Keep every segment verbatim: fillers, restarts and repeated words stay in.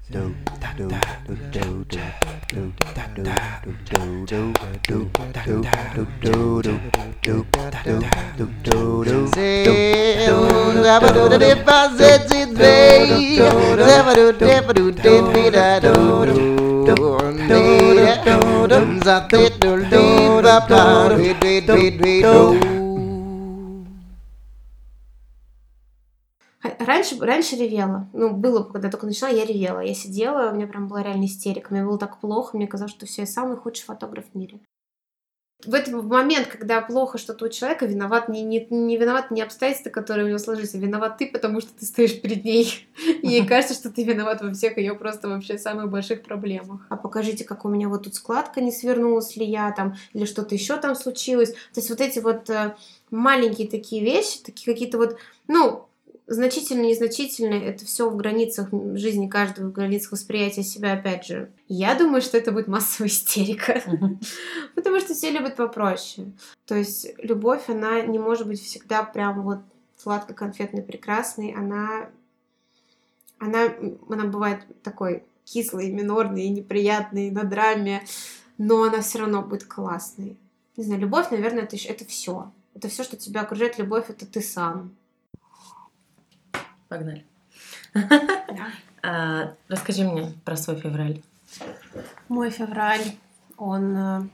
Раньше, раньше ревела. Ну, было, когда только начала, я ревела. Я сидела, у меня прям была реально истерика. Мне было так плохо, мне казалось, что все, я самый худший фотограф в мире. В этот момент, когда плохо что-то у человека, виноват не, не, не виноват не обстоятельства, которые у него сложились, а виноват ты, потому что ты стоишь перед ней. И ей кажется, что ты виноват во всех ее просто вообще самых больших проблемах. А покажите, как у меня вот тут складка не свернулась ли я там, или что-то еще там случилось. То есть вот эти вот э, маленькие такие вещи, такие какие-то вот, ну, значительно, незначительно, это все в границах жизни каждого, в границах восприятия себя, опять же. Я думаю, что это будет массовая истерика. Потому что все любят попроще. То есть любовь, она не может быть всегда прям вот сладко-конфетной, прекрасной. Она, она, она бывает такой кислой, минорной, неприятной, на драме, но она все равно будет классной. Не знаю, любовь, наверное, это, это все. Это все, что тебя окружает. Любовь — это ты сам. Погнали. Да. А, расскажи мне про свой февраль. Мой февраль, он,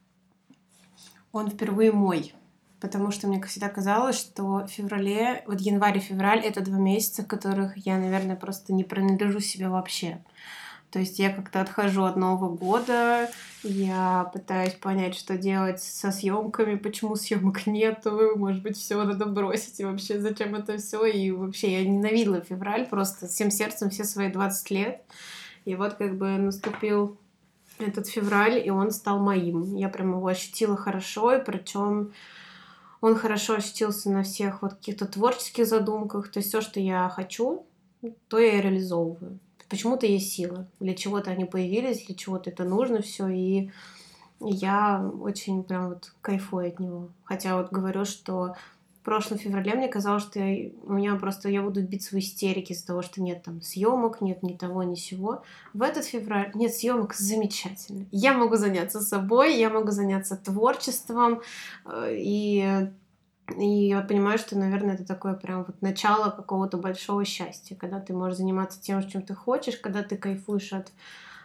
он впервые мой. Потому что мне всегда казалось, что в феврале, вот январь и февраль — это два месяца, в которых я, наверное, просто не принадлежу себе вообще. То есть я как-то отхожу от Нового года, я пытаюсь понять, что делать со съемками, почему съемок нету, может быть, все надо бросить, и вообще зачем это все. И вообще я ненавидела февраль просто всем сердцем все свои двадцать лет. И вот как бы наступил этот февраль, и он стал моим. Я прям его ощутила хорошо, и причем он хорошо ощутился на всех вот каких-то творческих задумках. То есть все, что я хочу, то я и реализовываю. Почему-то есть сила. Для чего-то они появились, для чего-то это нужно все, и я очень прям вот кайфую от него. Хотя вот говорю, что в прошлом феврале мне казалось, что я, у меня просто я буду биться в истерике из-за того, что нет там съемок, нет ни того, ни сего. В этот февраль нет съемок, замечательно. Я могу заняться собой, я могу заняться творчеством, и И я понимаю, что, наверное, это такое прям вот начало какого-то большого счастья, когда ты можешь заниматься тем, чем ты хочешь, когда ты кайфуешь от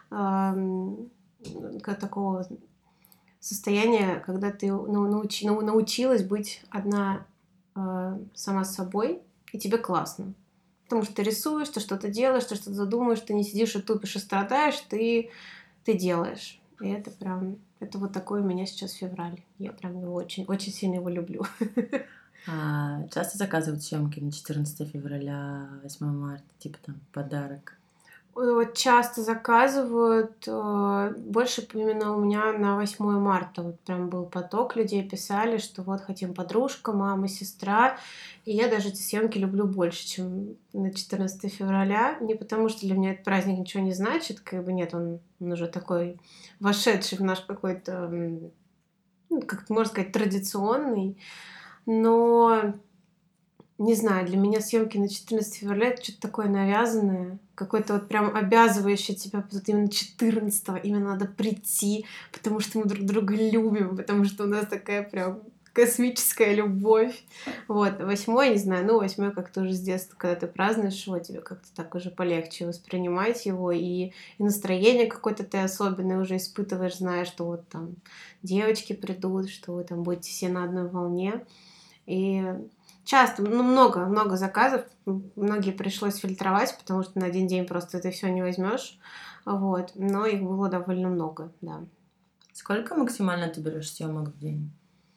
э, такого состояния, когда ты ну, научи, ну, научилась быть одна э, сама с собой, и тебе классно. Потому что ты рисуешь, ты что-то делаешь, ты что-то задумаешь, ты не сидишь и тупишь и страдаешь, ты, ты делаешь. И это прям, это вот такой у меня сейчас февраль. Я прям его очень, очень сильно его люблю. А часто заказывают съемки на четырнадцатое февраля, восьмое марта, типа там подарок? Вот часто заказывают, э, больше именно у меня на восьмое марта вот прям был поток людей, писали, что вот хотим подружка, мама, сестра, и я даже эти съемки люблю больше, чем на четырнадцатое февраля, не потому что для меня этот праздник ничего не значит, как бы нет, он, он уже такой вошедший в наш какой-то, м, ну, как можно сказать, традиционный, но не знаю, для меня съемки на четырнадцатое февраля это что-то такое навязанное, какое-то вот прям обязывающее тебя вот именно четырнадцатого, именно надо прийти, потому что мы друг друга любим, потому что у нас такая прям космическая любовь. Вот, восьмой, не знаю, ну, восьмой как-то уже с детства, когда ты празднуешь его, тебе как-то так уже полегче воспринимать его, и, и настроение какое-то ты особенное уже испытываешь, зная, что вот там девочки придут, что вы там будете все на одной волне. И часто, ну, много, много заказов, многие пришлось фильтровать, потому что на один день просто это все не возьмешь, вот, но их было довольно много, да. Сколько максимально ты берешь съемок в день?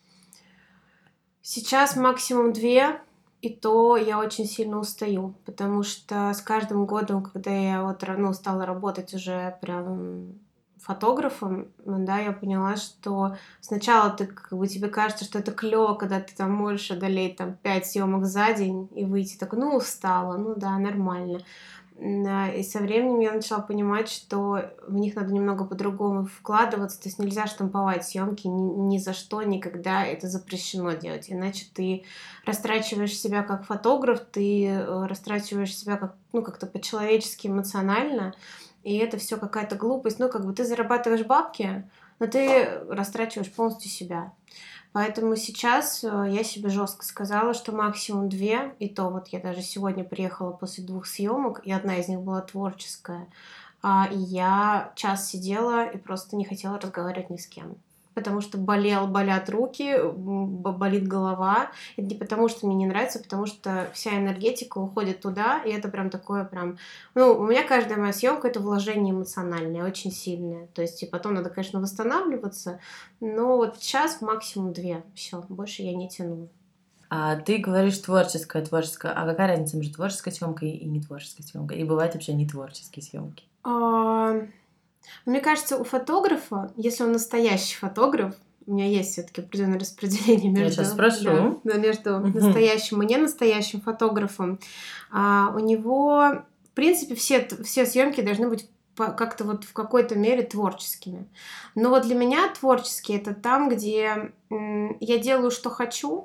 Сейчас максимум две, и то я очень сильно устаю, потому что с каждым годом, когда я вот, ну, стала работать уже прям фотографом, да, я поняла, что сначала ты, как бы, тебе кажется, что это клево, когда ты там можешь одолеть там пять съемок за день и выйти такой, ну, устала, ну да, нормально. И со временем я начала понимать, что в них надо немного по-другому вкладываться, то есть нельзя штамповать съемки ни, ни за что, никогда, это запрещено делать, иначе ты растрачиваешь себя как фотограф, ты растрачиваешь себя как, ну, как-то по-человечески, эмоционально, и это все какая-то глупость, ну, как бы ты зарабатываешь бабки, но ты растрачиваешь полностью себя. Поэтому сейчас я себе жестко сказала, что максимум две, и то вот я даже сегодня приехала после двух съемок, и одна из них была творческая, и я час сидела и просто не хотела разговаривать ни с кем. Потому что болел, болят руки, болит голова. Это не потому, что мне не нравится, а потому что вся энергетика уходит туда, и это прям такое прям... Ну, у меня каждая моя съемка — это вложение эмоциональное, очень сильное. То есть и потом надо, конечно, восстанавливаться, но вот час максимум две. Все, больше я не тяну. А ты говоришь творческая, творческая. А какая разница между творческой съемкой и нетворческой съемкой? И бывают вообще нетворческие съемки? А... Мне кажется, у фотографа, если он настоящий фотограф, у меня есть все-таки определенное распределение между, я сейчас спрошу. Да, между настоящим и ненастоящим фотографом. А, у него, в принципе, все, все съемки должны быть как-то вот в какой-то мере творческими. Но вот для меня творческие — это там, где м, я делаю, что хочу,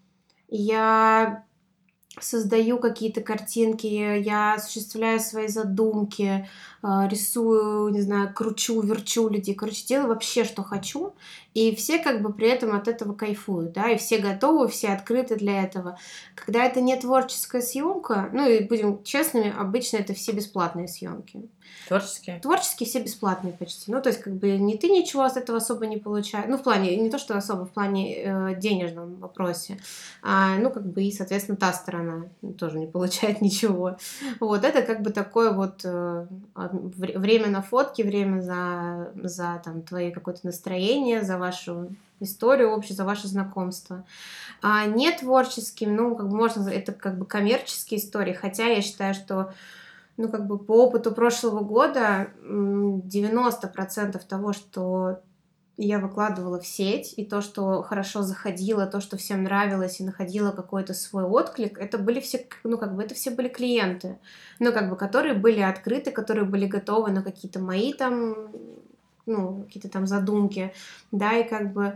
я создаю какие-то картинки, я осуществляю свои задумки, рисую, не знаю, кручу, верчу людей. Короче, делаю вообще, что хочу. И все как бы при этом от этого кайфуют, да, и все готовы, все открыты для этого. Когда это не творческая съемка, ну и будем честными, обычно это все бесплатные съемки. Творческие? Творческие все бесплатные почти. Ну, то есть, как бы, ни ты ничего от этого особо не получаешь. Ну, в плане, не то, что особо, в плане э, денежном вопросе. А, ну, как бы, и, соответственно, та сторона тоже не получает ничего. Вот, это как бы такое вот э, время на фотке, время за, за там, твои какое-то настроение, за вашу историю общую, за ваше знакомство. А не творческим, ну, как бы можно, это как бы коммерческие истории, хотя я считаю, что ну, как бы по опыту прошлого года девяносто процентов того, что я выкладывала в сеть, и то, что хорошо заходило, то, что всем нравилось и находило какой-то свой отклик, это были все, ну, как бы, это все были клиенты, ну, как бы, которые были открыты, которые были готовы на какие-то мои там, ну, какие-то там задумки, да, и как бы...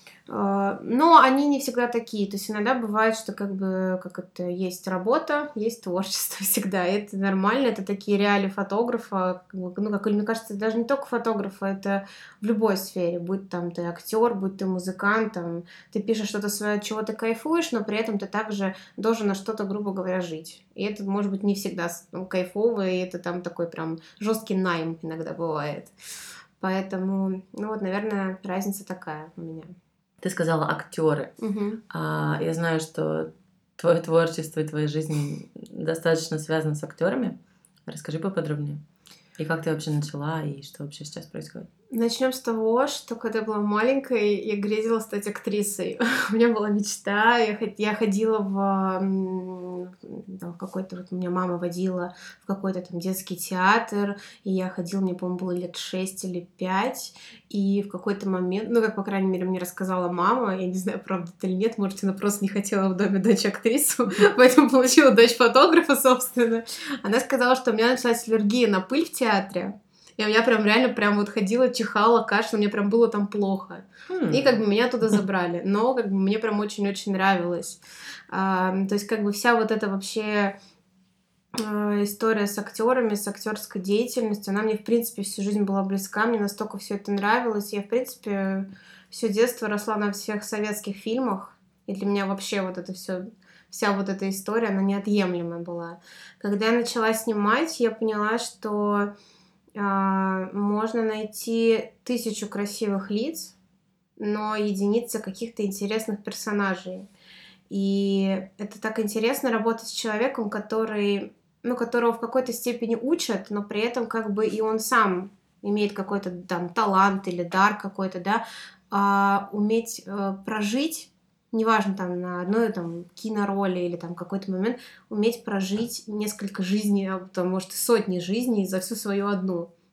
Но они не всегда такие. То есть иногда бывает, что как бы как это есть работа, есть творчество всегда. И это нормально, это такие реалии фотографа. Ну, как мне кажется, даже не только фотографа, это в любой сфере. Будь там ты актер, будь ты музыкант, там, ты пишешь что-то свое, от чего ты кайфуешь, но при этом ты также должен на что-то, грубо говоря, жить. И это может быть не всегда ну, кайфово, и это там такой прям жесткий найм иногда бывает. Поэтому, ну вот, наверное, разница такая у меня. Ты сказала актеры. Угу. А, я знаю, что твое творчество и твоя жизнь достаточно связаны с актерами. Расскажи поподробнее. И как ты вообще начала, и что вообще сейчас происходит? Начнем с того, что когда я была маленькой, я грезила стать актрисой. У меня была мечта, я ходила в, в какой-то, вот меня мама водила в какой-то там детский театр, и я ходила, мне, по-моему, было лет шесть или пять, и в какой-то момент, ну, как, по крайней мере, мне рассказала мама, я не знаю, правда это или нет, может, она просто не хотела в доме дочь актрису, поэтому получила дочь фотографа, собственно. Она сказала, что у меня началась аллергия на пыль в театре, и я прям реально прям вот ходила, чихала, кашляла, мне прям было там плохо. Mm. И как бы меня туда забрали. Но как бы мне прям очень-очень нравилось. А, то есть как бы вся вот эта вообще а, история с актерами, с актерской деятельностью, она мне в принципе всю жизнь была близка, мне настолько все это нравилось. Я в принципе все детство росла на всех советских фильмах. И для меня вообще вот это все... Вся вот эта история, она неотъемлемая была. Когда я начала снимать, я поняла, что можно найти тысячу красивых лиц, но единицы каких-то интересных персонажей. И это так интересно работать с человеком, который, ну, которого в какой-то степени учат, но при этом как бы и он сам имеет какой-то там талант или дар какой-то, да, а уметь э, прожить, неважно, там, на одной там кинороли или там какой-то момент, уметь прожить несколько жизней, а то, может, и сотни жизней за всю свою одну.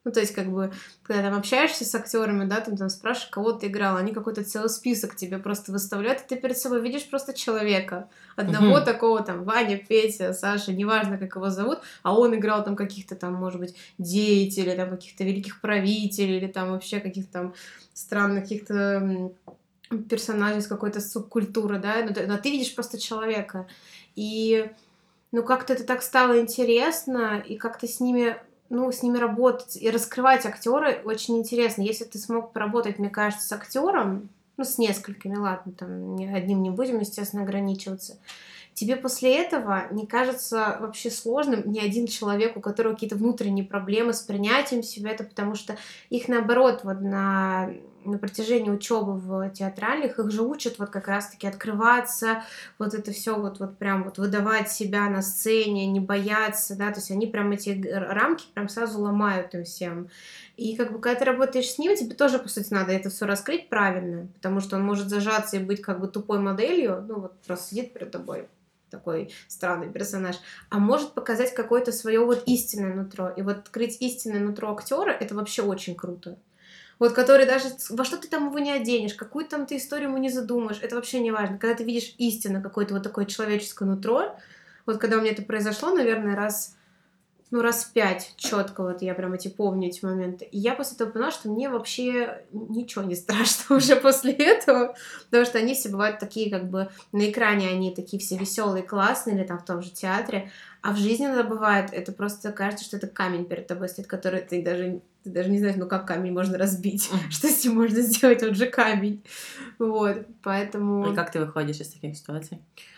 Ну, то есть, как бы, когда там общаешься с актерами, да, там, там спрашиваешь, кого ты играл, они какой-то целый список тебе просто выставляют, и ты перед собой видишь просто человека. Одного Мгм. такого там, Ваня, Петя, Саша, неважно, как его зовут, а он играл там каких-то там, может быть, деятелей, там, каких-то великих правителей, или там вообще каких-то там странных каких-то м, персонажей из какой-то субкультуры, да, но ты, но ты видишь просто человека. И, ну, как-то это так стало интересно, и как-то с ними, ну, с ними работать и раскрывать актеры очень интересно. Если ты смог поработать, мне кажется, с актером, ну, с несколькими, ладно, там, ни одним не будем, естественно, ограничиваться, тебе после этого не кажется вообще сложным ни один человек, у которого какие-то внутренние проблемы с принятием себя, это потому что их, наоборот, вот на, на протяжении учебы в театральных, их же учат вот как раз-таки открываться, вот это все вот, вот прям вот выдавать себя на сцене, не бояться, да, то есть они прям эти г- рамки прям сразу ломают им всем. И как бы когда ты работаешь с ним, тебе тоже, по сути, надо это все раскрыть правильно, потому что он может зажаться и быть как бы тупой моделью, ну вот просто сидит перед тобой такой странный персонаж, а может показать какое-то свое вот истинное нутро. И вот открыть истинное нутро актера это вообще очень круто. Вот который даже во что ты там его не оденешь, какую там ты историю ему не задумаешь, это вообще не важно. Когда ты видишь истинно какое-то вот такое человеческое нутро, вот когда у меня это произошло, наверное, раз ну, раз пять четко, вот я прям эти помню эти моменты. И я после этого поняла, что мне вообще ничего не страшно уже после этого, потому что они все бывают такие, как бы на экране они такие все веселые, классные, или там в том же театре, а в жизни иногда бывает, это просто кажется, что это камень перед тобой стоит, который ты даже, ты даже не знаешь, ну как камень можно разбить, что с ним можно сделать, он же камень. Вот, И поэтому... как ты выходишь из таких ситуаций?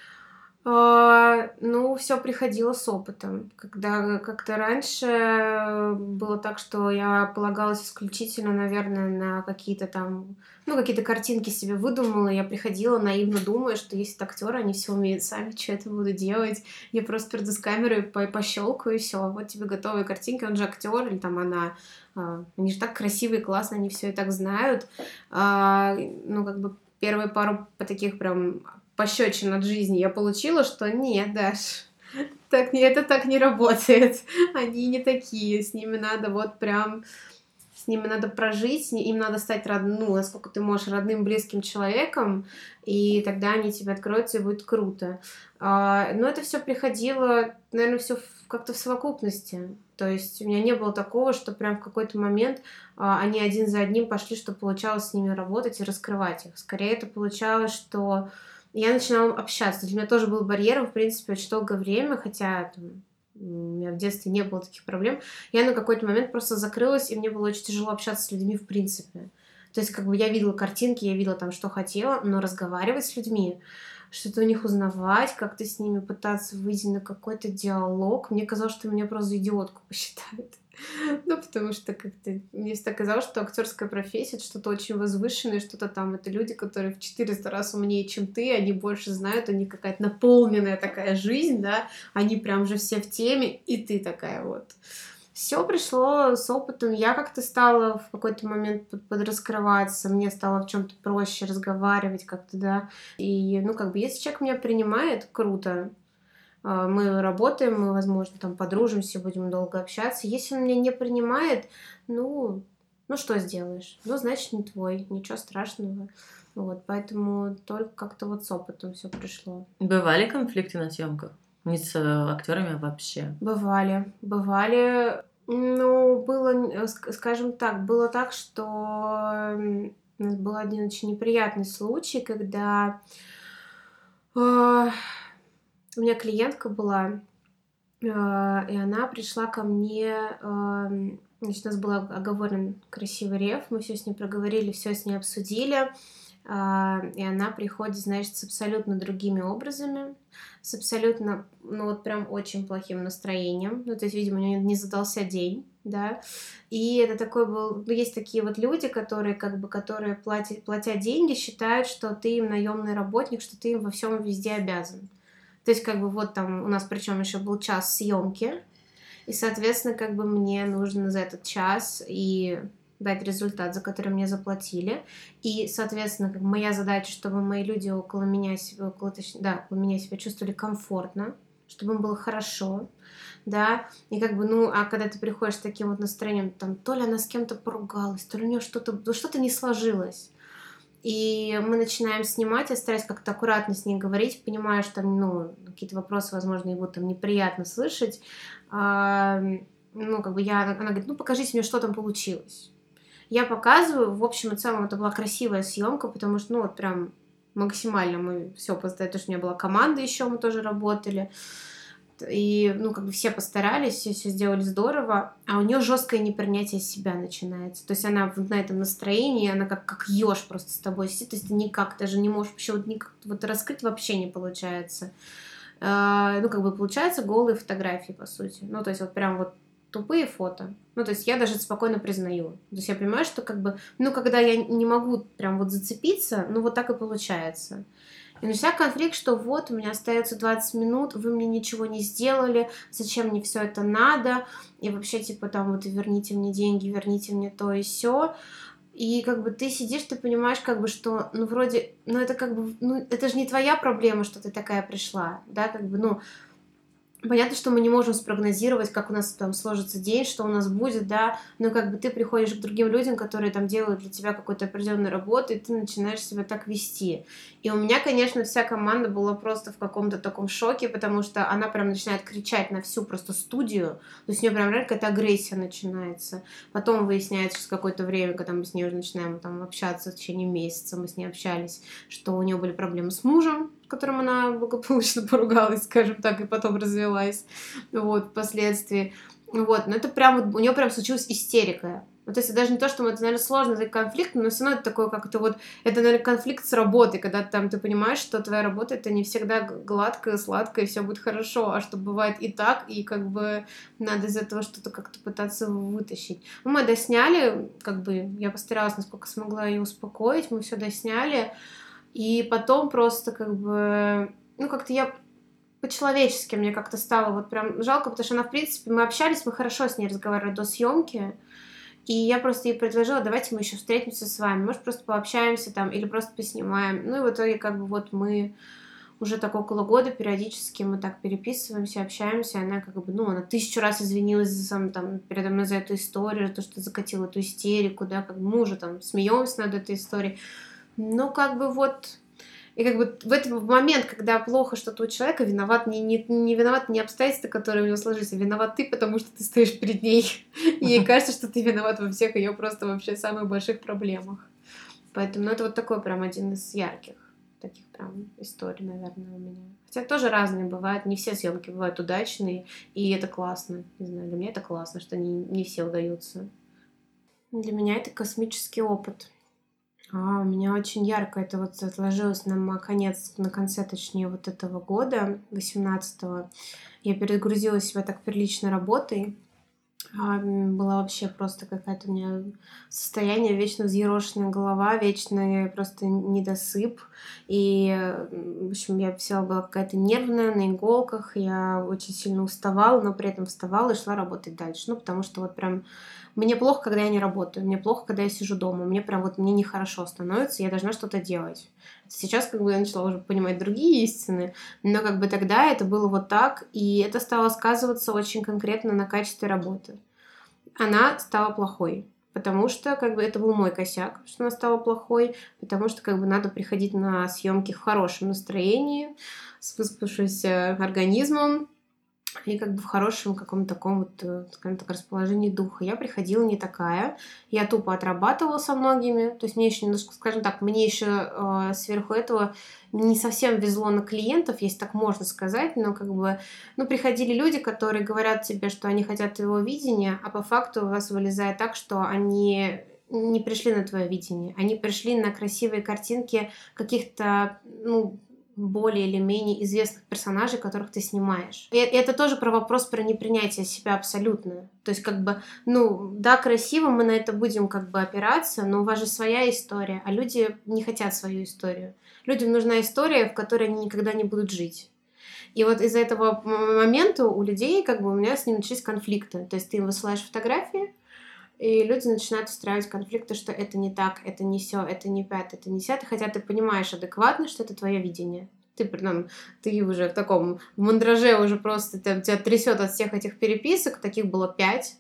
А, ну, все приходило с опытом. Когда как-то раньше было так, что я полагалась исключительно, наверное, на какие-то там, ну, какие-то картинки себе выдумала. Я приходила наивно думая, что есть актеры, они все умеют сами, что это буду делать. Я просто приду с камерой, по пощелкаю, и все. Вот тебе готовые картинки, он же актер или там она. А, они же так красивые, классно, они все и так знают. А, ну, как бы первые пару таких прям пощечин от жизни я получила, что нет, Даш, так, не- это так не работает. Они не такие, с ними надо вот прям, с ними надо прожить, с ни- им надо стать родным, ну, насколько ты можешь, родным, близким человеком, и тогда они тебе откроются, и будет круто. А, но это все приходило, наверное, все как-то в совокупности. То есть у меня не было такого, что прям в какой-то момент а, они один за одним пошли, что получалось с ними работать и раскрывать их. Скорее это получалось, что я начинала общаться. Для меня тоже был барьер, в принципе, очень долгое время, хотя там, у меня в детстве не было таких проблем. Я на какой-то момент просто закрылась, и мне было очень тяжело общаться с людьми в принципе. То есть, как бы я видела картинки, я видела там, что хотела, но разговаривать с людьми, что-то у них узнавать, как-то с ними пытаться выйти на какой-то диалог, мне казалось, что меня просто за идиотку посчитают. Ну, потому что как-то мне всегда казалось, что актерская профессия — это что-то очень возвышенное, что-то там, это люди, которые в четыреста раз умнее, чем ты, они больше знают, у них какая-то наполненная такая жизнь, да, они прям же все в теме, и ты такая вот. Все пришло с опытом. Я как-то стала в какой-то момент под- подраскрываться, мне стало в чем-то проще разговаривать как-то, да. И, ну, как бы, если человек меня принимает, круто. А, Мы работаем, мы, возможно, там подружимся, будем долго общаться. Если он меня не принимает, ну, ну что сделаешь? Ну, значит, не твой, ничего страшного. Вот, поэтому только как-то вот с опытом все пришло. Бывали конфликты на съемках? Не с актерами, а вообще. Бывали, бывали. Ну, было, н- ск- скажем так, было так, что м, у нас был один очень неприятный случай, когда а, у меня клиентка была, а, и она пришла ко мне, ам, значит, у нас был ог- оговорен красивый рев, мы все с ней проговорили, все с ней обсудили, а, и она приходит, значит, с абсолютно другими образами, с абсолютно, ну вот прям очень плохим настроением, ну то есть, видимо, у нее не задался день, да, и это такой был, ну есть такие вот люди, которые как бы, которые платят, платя деньги, считают, что ты им наемный работник, что ты им во всем везде обязан. То есть, как бы вот там у нас причем еще был час съемки, и, соответственно, как бы мне нужно за этот час и дать результат, за который мне заплатили. И, соответственно, как бы моя задача, чтобы мои люди около меня себя, около, точнее, да, около меня себя чувствовали комфортно. чтобы им было хорошо, да, и как бы, ну, а когда ты приходишь с таким вот настроением, там, то ли она с кем-то поругалась, то ли у нее что-то, ну, что-то не сложилось, и мы начинаем снимать, я стараюсь как-то аккуратно с ней говорить, понимаю, что, ну, какие-то вопросы, возможно, ей будут там неприятно слышать, а, ну, как бы я, она говорит, ну, покажите мне, что там получилось. Я показываю, в общем и целом, это была красивая съемка, потому что, ну, вот прям максимально мы все поставили, потому что у меня была команда еще, мы тоже работали, и, ну, как бы все постарались, все, все сделали здорово, а у нее жесткое непринятие себя начинается. То есть она вот на этом настроении, она как, как еж просто с тобой сидит, то есть ты никак даже не можешь вообще вот никак вот раскрыть вообще не получается. А, ну, как бы получаются голые фотографии, по сути. Ну, то есть вот прям вот тупые фото. Ну, то есть я даже спокойно признаю. То есть я понимаю, что как бы, ну, когда я не могу прям вот зацепиться, ну, вот так и получается. И начинается конфликт, что вот, у меня остается двадцать минут, вы мне ничего не сделали, зачем мне все это надо, и вообще, типа, там, вот, верните мне деньги, верните мне то и сё. И как бы ты сидишь, ты понимаешь, как бы, что, ну, вроде, ну, это как бы, ну, это же не твоя проблема, что ты такая пришла, да, как бы, ну, понятно, что мы не можем спрогнозировать, как у нас там сложится день, что у нас будет, да, но как бы ты приходишь к другим людям, которые там делают для тебя какую-то определенную работу, и ты начинаешь себя так вести. И у меня, конечно, вся команда была просто в каком-то таком шоке, потому что она прям начинает кричать на всю просто студию, то есть у нее прям реально какая-то агрессия начинается. Потом выясняется, через какое-то время, когда мы с ней уже начинаем там общаться, в течение месяца мы с ней общались, что у нее были проблемы с мужем, с которым она благополучно поругалась, скажем так, и потом развелась, вот, впоследствии. Вот, но это прям, вот, у нее прям случилась истерика. Ну, то есть это даже не то, что это, наверное, сложно, это конфликт, но все равно это такой, как это вот, это, наверное, конфликт с работой, когда там ты понимаешь, что твоя работа, это не всегда гладко, сладко, и все будет хорошо, а что бывает и так, и как бы надо из этого что-то как-то пытаться вытащить. Ну, мы досняли, как бы, я постаралась, насколько смогла ее успокоить, мы все досняли, и потом просто как бы, ну, как-то я по-человечески мне как-то стало вот прям жалко, потому что она, в принципе, мы общались, мы хорошо с ней разговаривали до съемки, и я просто ей предложила, давайте мы еще встретимся с вами, может, просто пообщаемся там, или просто поснимаем. Ну, и в итоге как бы вот мы уже так около года периодически мы так переписываемся, общаемся, она как бы, ну, она тысячу раз извинилась за сам, там, передо мной за эту историю, за то, что закатила эту истерику, да, как бы мы уже там смеемся над этой историей. Ну, как бы вот... И как бы в этот момент, когда плохо что-то у человека, виноват не, не, не виноват не обстоятельства, которые у него сложились, а виноват ты, потому что ты стоишь перед ней. И ей кажется, что ты виноват во всех ее просто вообще самых больших проблемах. Поэтому, ну, это вот такой прям один из ярких таких прям историй, наверное, у меня. Хотя тоже разные бывают, не все съемки бывают удачные, и это классно. Не знаю, для меня это классно, что не, не все удаются. Для меня это космический опыт. А, у меня очень ярко это вот отложилось на конец, на конце, точнее, вот этого года, восемнадцатого. Я перегрузила себя так прилично работой. А, м, была вообще просто какая-то у меня состояние, вечно взъерошенная голова, вечный просто недосып. И, э, в общем, я вся была какая-то нервная, на иголках. Я очень сильно уставала, но при этом вставала и шла работать дальше. Ну, потому что вот прям мне плохо, когда я не работаю, мне плохо, когда я сижу дома, мне прям вот мне нехорошо становится, я должна что-то делать. Сейчас как бы я начала уже понимать другие истины, но как бы тогда это было вот так, и это стало сказываться очень конкретно на качестве работы. Она стала плохой, потому что как бы это был мой косяк, что она стала плохой, потому что как бы надо приходить на съемки в хорошем настроении, с выспавшимся организмом, и как бы в хорошем каком-то таком вот, э, скажем так, расположении духа. Я приходила не такая, я тупо отрабатывала со многими, то есть мне еще немножко, скажем так, мне еще э, сверху этого не совсем везло на клиентов, если так можно сказать, но как бы, ну, приходили люди, которые говорят тебе, что они хотят твоего видения, а по факту у вас вылезает так, что они не пришли на твое видение, они пришли на красивые картинки каких-то, ну, более или менее известных персонажей, которых ты снимаешь. И это тоже про вопрос про непринятие себя абсолютно. То есть как бы, ну, да, красиво, мы на это будем как бы опираться, но у вас же своя история, а люди не хотят свою историю. Людям нужна история, в которой они никогда не будут жить. И вот из-за этого момента у людей, как бы, у меня с ними начались конфликты. То есть ты им высылаешь фотографии, и люди начинают устраивать конфликты, что это не так, это не сё, это не пятое, это не десятое, хотя ты понимаешь адекватно, что это твое видение. ты, там, ты уже в таком мандраже уже просто там, тебя трясет от всех этих переписок, таких было пять.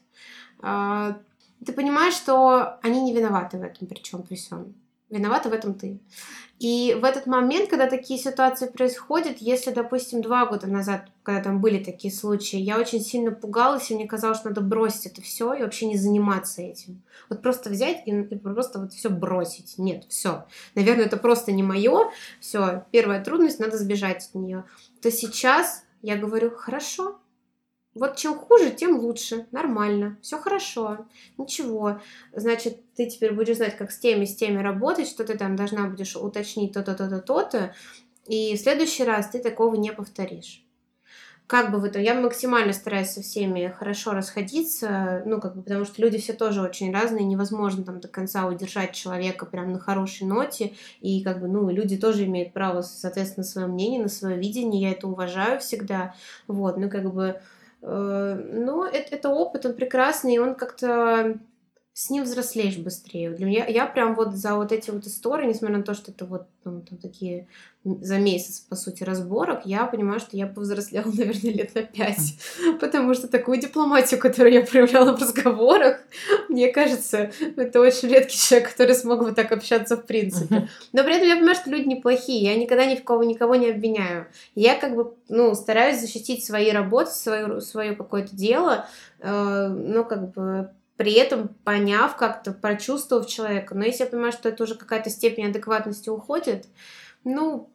А, ты понимаешь, что они не виноваты в этом, причем при всем. Виновата в этом ты. И в этот момент, когда такие ситуации происходят, если, допустим, два года назад, когда там были такие случаи, я очень сильно пугалась, и мне казалось, что надо бросить это все и вообще не заниматься этим. Вот просто взять и, и просто вот все бросить. Нет, все. Наверное, это просто не мое. Все, первая трудность, надо сбежать от нее. То сейчас я говорю, хорошо. Вот чем хуже, тем лучше. Нормально. Все хорошо. Ничего. Значит, ты теперь будешь знать, как с теми, с теми работать, что ты там должна будешь уточнить то-то, то-то, то-то. И в следующий раз ты такого не повторишь. Как бы в этом... Я максимально стараюсь со всеми хорошо расходиться, ну, как бы, потому что люди все тоже очень разные, невозможно там до конца удержать человека прям на хорошей ноте, и как бы, ну, люди тоже имеют право, соответственно, на свое мнение, на свое видение, я это уважаю всегда, вот, ну, как бы... Но это, это опыт, он прекрасный, и он как-то с ним взрослеешь быстрее. Для меня я прям вот за вот эти вот истории, несмотря на то, что это вот ну, там такие за месяц, по сути, разборок, я понимаю, что я повзрослела, наверное, лет на пять. Потому что такую дипломатию, которую я проявляла в разговорах, мне кажется, это очень редкий человек, который смог бы так общаться в принципе. Но при этом я понимаю, что люди неплохие, я никогда ни в кого никого не обвиняю. Я как бы, ну, стараюсь защитить свои работы, свое, свое какое-то дело, э, ну, как бы при этом поняв как-то, прочувствовав человека. Но если я понимаю, что это уже какая-то степень адекватности уходит, ну,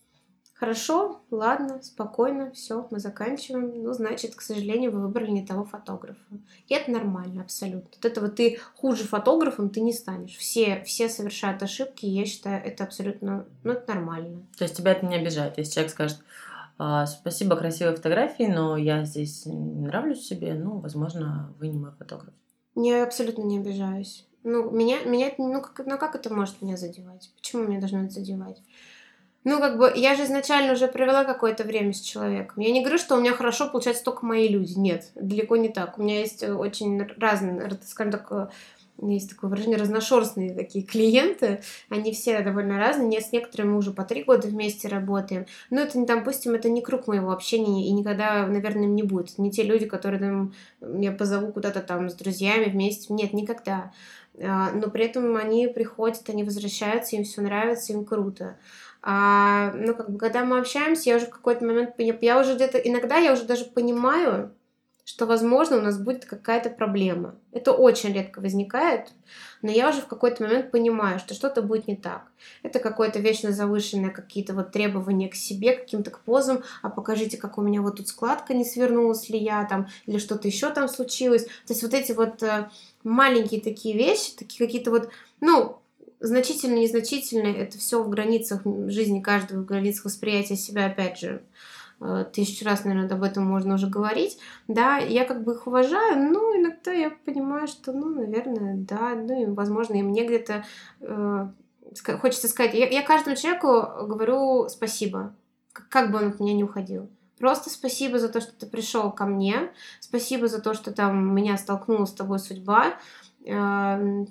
хорошо, ладно, спокойно, все, мы заканчиваем. Ну, значит, к сожалению, вы выбрали не того фотографа. И это нормально, абсолютно. От этого ты хуже фотографом ты не станешь. Все, все совершают ошибки, и я считаю, это абсолютно, ну, это нормально. То есть тебя это не обижает, если человек скажет: спасибо, красивые фотографии, но я здесь не нравлюсь себе, ну, возможно, вы не мой фотограф. Я абсолютно не обижаюсь. Ну, меня, меня ну, как, ну, как это может меня задевать? Почему меня должно это задевать? Ну, как бы, я же изначально уже провела какое-то время с человеком. Я не говорю, что у меня хорошо получаются только мои люди. Нет, далеко не так. У меня есть очень разные, скажем так, есть такое выражение, разношерстные такие клиенты. Они все довольно разные. Не с некоторыми мы уже по три года вместе работаем. Но это, допустим, это не круг моего общения и никогда, наверное, не будет. Не те люди, которые там, я позову куда-то там с друзьями вместе. Нет, никогда. Но при этом они приходят, они возвращаются, им все нравится, им круто. А, ну, как бы, когда мы общаемся, я уже в какой-то момент, я уже где-то, иногда я уже даже понимаю, что, возможно, у нас будет какая-то проблема. Это очень редко возникает, но я уже в какой-то момент понимаю, что что-то будет не так. Это какое-то вечно завышенное какие-то вот требования к себе, к каким-то к позам, а покажите, как у меня вот тут складка не свернулась ли я там, или что-то еще там случилось. То есть вот эти вот э, маленькие такие вещи, такие какие-то вот, ну, значительно, незначительно, это все в границах жизни каждого, в границах восприятия себя, опять же, тысячу раз, наверное, об этом можно уже говорить, да, я как бы их уважаю, но иногда я понимаю, что, ну, наверное, да, ну, и, возможно, и мне где-то э, хочется сказать, я, я каждому человеку говорю спасибо, как, как бы он от меня не уходил. Просто спасибо за то, что ты пришел ко мне, спасибо за то, что там меня столкнула с тобой судьба. Э,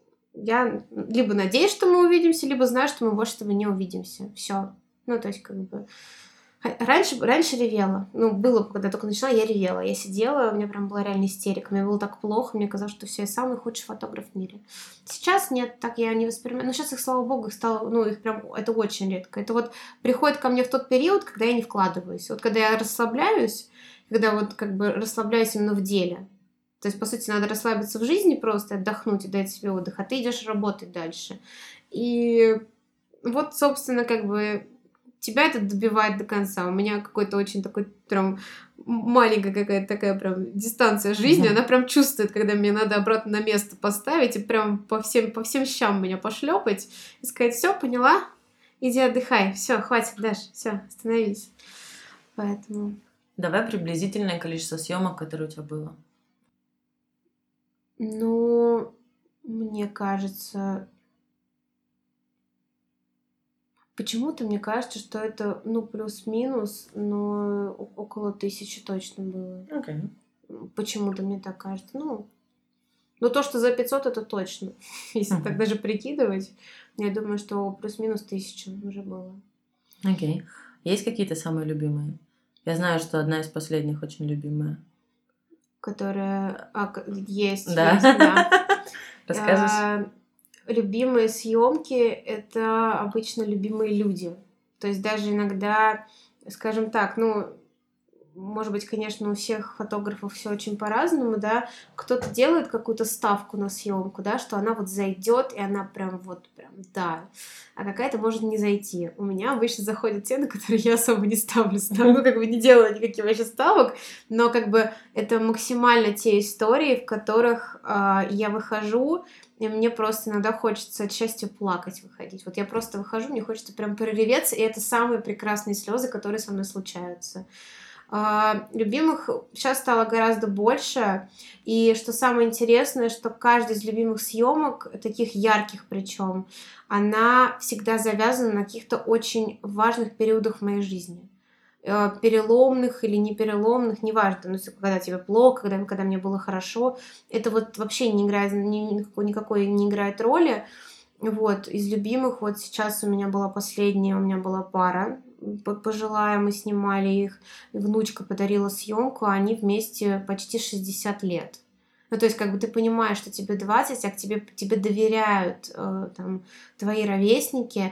я либо надеюсь, что мы увидимся, либо знаю, что мы больше с тобой не увидимся. Все. Ну, то есть, как бы... Раньше, раньше ревела. Ну, было, когда только начала, я ревела. Я сидела, у меня прям была реально истерика. Мне было так плохо, мне казалось, что все, я самый худший фотограф в мире. Сейчас нет, так я не воспринимаю. Но сейчас их, слава богу, их стало, ну, их прям, это очень редко. Это вот приходит ко мне в тот период, когда я не вкладываюсь. Вот когда я расслабляюсь, когда вот как бы расслабляюсь именно в деле. То есть, по сути, надо расслабиться в жизни просто, отдохнуть и дать себе отдых, а ты идешь работать дальше. И вот, собственно, как бы тебя это добивает до конца. У меня какой-то очень такой прям маленькая какая-то такая прям дистанция жизни. Mm-hmm. Она прям чувствует, когда мне надо обратно на место поставить и прям по всем, по всем щам меня пошлепать и сказать: все, поняла? Иди отдыхай. Все, хватит, Даш, все, остановись. Поэтому... Давай приблизительное количество съемок, которые у тебя было. Ну, мне кажется... Почему-то мне кажется, что это, ну, плюс-минус, но около тысячи точно было. Okay. Почему-то мне так кажется. Ну, но то, что за пятьсот, это точно. Если uh-huh. так даже прикидывать, я думаю, что плюс-минус тысяча уже было. Окей. Okay. Есть какие-то самые любимые? Я знаю, что одна из последних очень любимая. Которая... А, есть, Да. есть, да. Расскажешь? А, любимые съемки — это обычно любимые люди. То есть даже иногда, скажем так, ну, может быть, конечно, у всех фотографов все очень по-разному, да, кто-то делает какую-то ставку на съемку, да, что она вот зайдет, и она прям вот, прям, да, а какая-то может не зайти. У меня обычно заходят те, на которые я особо не ставлю, ну, как бы не делаю никаких вообще ставок, но как бы это максимально те истории, в которых э, я выхожу, и мне просто иногда хочется от счастья плакать выходить. Вот я просто выхожу, мне хочется прям прореветься, и это самые прекрасные слезы, которые со мной случаются. Uh, любимых сейчас стало гораздо больше, и что самое интересное, что каждая из любимых съемок, таких ярких причем, она всегда завязана на каких-то очень важных периодах в моей жизни. Uh, переломных или не переломных, неважно, ну, когда тебе плохо, когда, когда мне было хорошо, это вот вообще не играет, ни, никакой не играет роли. Вот, из любимых, вот сейчас у меня была последняя, у меня была пара, пожилая, мы снимали их, внучка подарила съемку, а они вместе почти шестьдесят лет. Ну, то есть, как бы ты понимаешь, что тебе двадцать, а к тебе, тебе доверяют э, там, твои ровесники,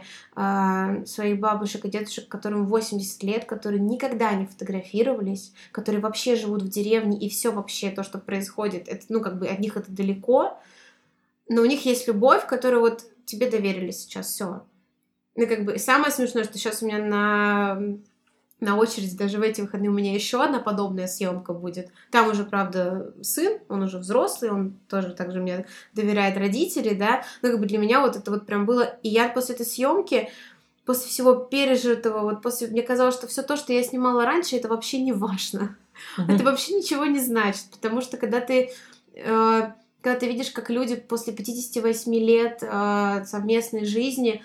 э, своих бабушек и дедушек, которым восемьдесят лет, которые никогда не фотографировались, которые вообще живут в деревне, и все вообще то, что происходит, это, ну, как бы от них это далеко, но у них есть любовь, которую вот тебе доверили сейчас, все. Ну, как бы, самое смешное, что сейчас у меня на, на очереди, даже в эти выходные, у меня еще одна подобная съемка будет. Там уже, правда, сын, он уже взрослый, он тоже также мне доверяет родителей, да. Но как бы для меня вот это вот прям было... И я после этой съемки, после всего пережитого, вот после... Мне казалось, что все то, что я снимала раньше, это вообще не важно. Mm-hmm. Это вообще ничего не значит, потому что когда ты... Э, когда ты видишь, как люди после пятидесяти восьми лет э, совместной жизни...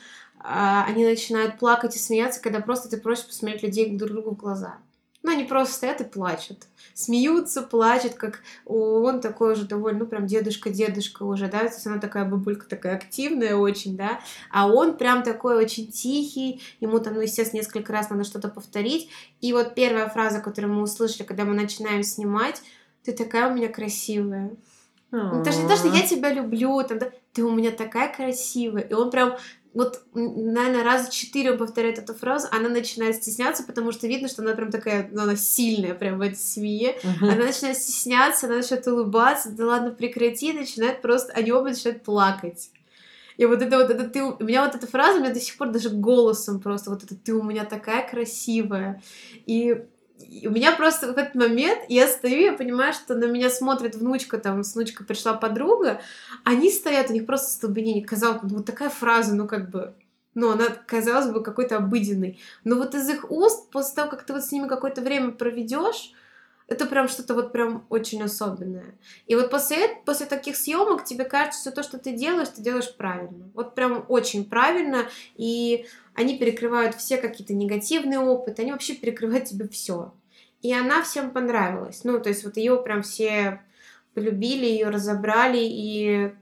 они начинают плакать и смеяться, когда просто ты просишь посмотреть людей друг другу в глаза. Ну, они просто стоят и плачут. Смеются, плачут, как он такой уже довольно, ну, прям дедушка-дедушка уже, да, то есть она такая бабулька, такая активная очень, да, а он прям такой очень тихий, ему там, ну, естественно, несколько раз надо что-то повторить, и вот первая фраза, которую мы услышали, когда мы начинаем снимать: «Ты такая у меня красивая». Ну, это же не то, что я тебя люблю, там, да, ты у меня такая красивая, и он прям... Вот, наверное, раза четыре он повторяет эту фразу, она начинает стесняться, потому что видно, что она прям такая, ну, она сильная прям в этой семье. Uh-huh. Она начинает стесняться, она начинает улыбаться, да ладно, прекрати, и начинает просто, они оба начинают плакать. И вот это вот, это ты, у меня вот эта фраза, у меня до сих пор даже голосом просто, вот это «ты у меня такая красивая». И... И у меня просто в этот момент, я стою, я понимаю, что на меня смотрит внучка, там, с внучкой пришла подруга, они стоят, у них просто столбенение. Казалось бы, ну, вот такая фраза, ну, как бы, ну, она, казалось бы, какой-то обыденной. Но вот из их уст, после того, как ты вот с ними какое-то время проведешь, это прям что-то вот прям очень особенное. И вот после, после таких съемок тебе кажется, что то, что ты делаешь, ты делаешь правильно. Вот прям очень правильно, и они перекрывают все какие-то негативные опыты, они вообще перекрывают тебе все. И она всем понравилась. Ну, то есть вот ее прям все полюбили, ее разобрали, и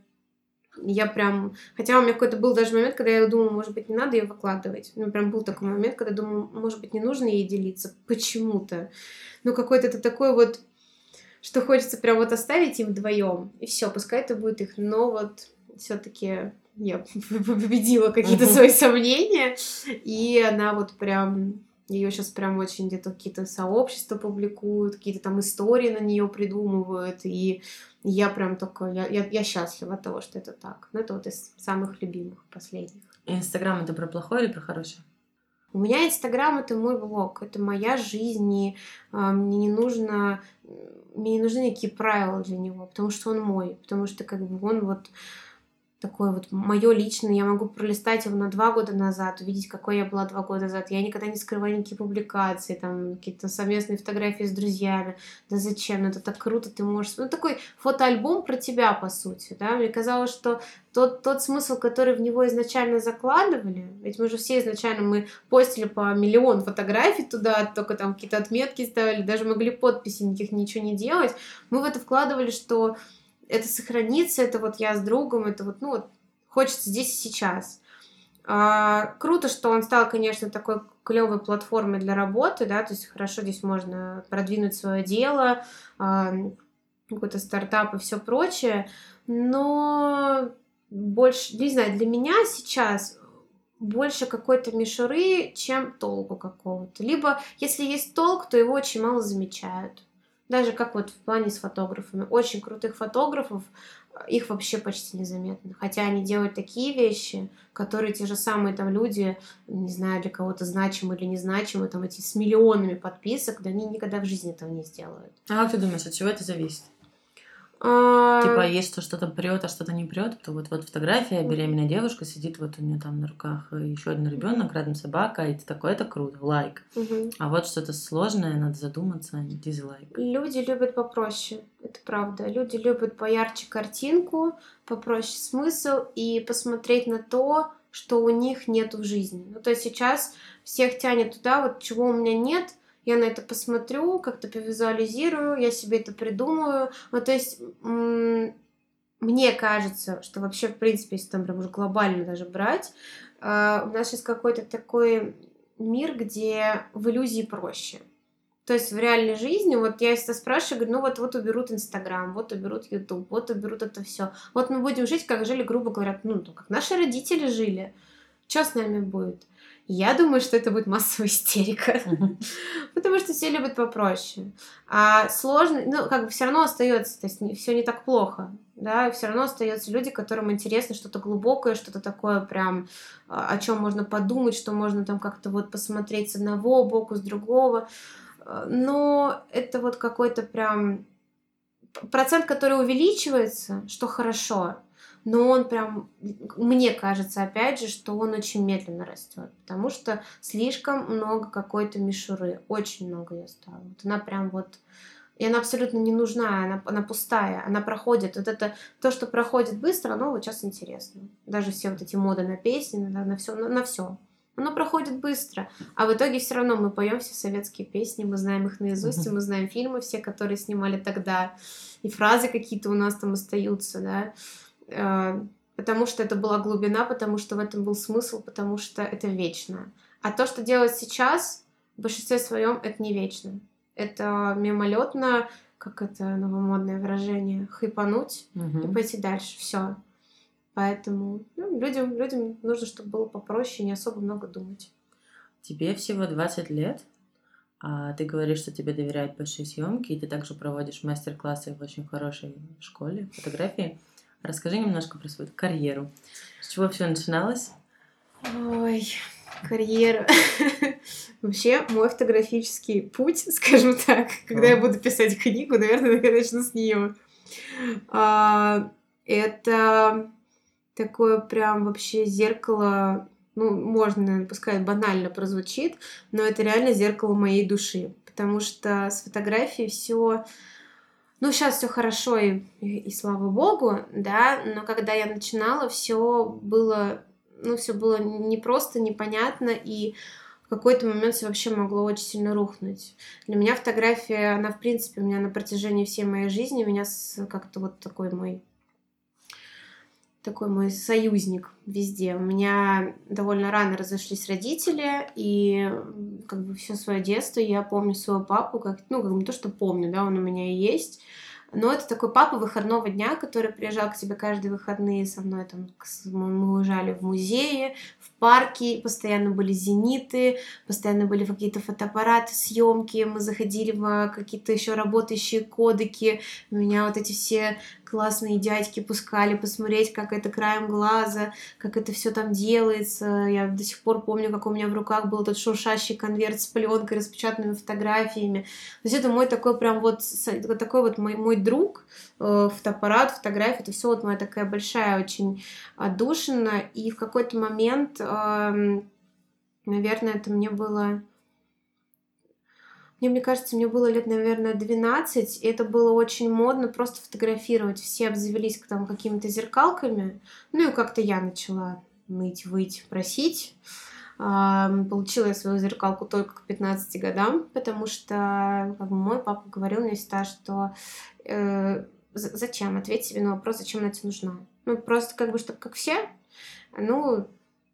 я прям... Хотя у меня какой-то был даже момент, когда я думала, может быть, не надо ее выкладывать. Ну, прям был такой момент, когда думала, может быть, не нужно ей делиться почему-то. Ну, какой-то это такой вот, что хочется прям вот оставить им вдвоем, и все, пускай это будет их. Но вот все-таки я победила какие-то свои сомнения, и она вот прям... Ее сейчас прям очень где-то какие-то сообщества публикуют, какие-то там истории на нее придумывают, и я прям только... Я, я, я счастлива от того, что это так. Ну, это вот из самых любимых, последних. Инстаграм — это про плохое или про хорошее? У меня Инстаграм — это мой блог, это моя жизнь, и а, мне не нужно... Мне не нужны никакие правила для него, потому что он мой, потому что как бы он вот... такое вот мое личное, я могу пролистать его на два года назад, увидеть, какой я была два года назад. Я никогда не скрываю никакие публикации, там, какие-то совместные фотографии с друзьями. Да зачем? Ну, это так круто, ты можешь... Ну, такой фотоальбом про тебя, по сути, да. Мне казалось, что тот, тот смысл, который в него изначально закладывали, ведь мы же все изначально, мы постили по миллион фотографий туда, только там какие-то отметки ставили, даже могли подписи никаких ничего не делать. Мы в это вкладывали, что это сохранится, это вот я с другом, это вот, ну вот, хочется здесь и сейчас. А, круто, что он стал, конечно, такой клевой платформой для работы, да, то есть хорошо здесь можно продвинуть свое дело, а, какой-то стартап и все прочее, но больше, не знаю, для меня сейчас больше какой-то мишуры, чем толку какого-то. Либо, если есть толк, то его очень мало замечают. Даже как вот в плане с фотографами. Очень крутых фотографов, их вообще почти незаметно. Хотя они делают такие вещи, которые те же самые там люди, не знаю, для кого-то значимые или незначимые, там эти с миллионами подписок, да они никогда в жизни этого не сделают. А как ты думаешь, от чего это зависит? А, Типа, есть что что-то прет, а что-то не прет, то вот, вот фотография, беременная девушка сидит, вот у нее там на руках еще один ребенок, рядом собака, и ты такой, это круто, лайк. Мгм. А вот что-то сложное, надо задуматься, дизлайк. Люди любят попроще, это правда. Люди любят поярче картинку, попроще смысл и посмотреть на то, что у них нету в жизни. Ну, то есть сейчас всех тянет туда, вот чего у меня нет, я на это посмотрю, как-то повизуализирую, я себе это придумаю. Ну, то есть м, мне кажется, что вообще, в принципе, если там прям уже глобально даже брать, а, у нас сейчас какой-то такой мир, где в иллюзии проще. То есть в реальной жизни, вот я если спрашиваю, говорю, ну вот, вот уберут Инстаграм, вот уберут Ютуб, вот уберут это все. Вот мы будем жить, как жили, грубо говоря, ну, ну, как наши родители жили. Что с нами будет? Я думаю, что это будет массовая истерика. Потому что все любят попроще. А сложно, ну, как бы все равно остается, то есть все не так плохо. Да, все равно остаются люди, которым интересно что-то глубокое, что-то такое прям, а, о чем можно подумать, что можно там как-то вот посмотреть с одного боку, с другого. А, Но это вот какой-то прям п- процент, который увеличивается, что хорошо, но он прям, мне кажется, опять же, что он очень медленно растет, потому что слишком много какой-то мишуры, очень много ее стало. Вот она прям вот, и она абсолютно не нужна, она, она пустая, она проходит. Вот это то, что проходит быстро, оно вот сейчас интересно. Даже все вот эти моды на песни, на, на все, на, на все. Оно проходит быстро, а в итоге все равно мы поем все советские песни, мы знаем их наизусть, и мы знаем фильмы все, которые снимали тогда, и фразы какие-то у нас там остаются, да, Э, потому что это была глубина, потому что в этом был смысл, потому что это вечно. А то, что делать сейчас, в большинстве своем это не вечно. Это мимолетно, как это новомодное выражение, хайпануть и Мгм. пойти дальше. Все. Поэтому ну, людям, людям нужно, чтобы было попроще, не особо много думать. Тебе всего двадцать лет, а ты говоришь, что тебе доверяют большие съемки, и ты также проводишь мастер-классы в очень хорошей школе фотографии. Расскажи немножко про свою карьеру. С чего все начиналось? Ой, карьера. Вообще, мой фотографический путь, скажем так, когда я О. буду писать книгу, наверное, я начну с нее. А, Это такое прям вообще зеркало, ну, можно, наверное, пускай банально прозвучит, но это реально зеркало моей души, потому что с фотографией все, ну, сейчас все хорошо и, и, и слава богу, да, но когда я начинала, все было, ну, все было не просто непонятно, и в какой-то момент все вообще могло очень сильно рухнуть. Для меня фотография, она, в принципе, у меня на протяжении всей моей жизни, у меня с- как-то вот такой мой такой мой союзник везде. У меня довольно рано разошлись родители, и м, как бы все свое детство я помню своего папу, как, ну, как бы не то, что помню, да, он у меня и есть, но это такой папа выходного дня, который приезжал к тебе каждые выходные со мной, там, к с- мы мы уезжали в музеи, в парки, постоянно были зениты, постоянно были какие-то фотоаппараты, съемки, мы заходили в какие-то еще работающие кодеки, меня вот эти все классные дядьки пускали посмотреть, как это краем глаза, как это все там делается. Я до сих пор помню, как у меня в руках был этот шуршащий конверт с пленкой, распечатанными фотографиями. То есть это мой такой прям вот, с- вот такой вот мой, мой друг, э, фотоаппарат, фотография, это все вот моя такая большая очень отдушина. И в какой-то момент, эм, наверное, это мне было мне, мне кажется, мне было лет, наверное, двенадцать, и это было очень модно просто фотографировать. Все обзавелись там какими-то зеркалками. Ну и как-то я начала ныть, выть, просить. Ам, Получила я свою зеркалку только к пятнадцати годам, потому что как бы, мой папа говорил мне всегда, что э, з- зачем? Ответь себе на вопрос, зачем она тебе нужна. Ну, просто как бы, чтобы как все. Ну,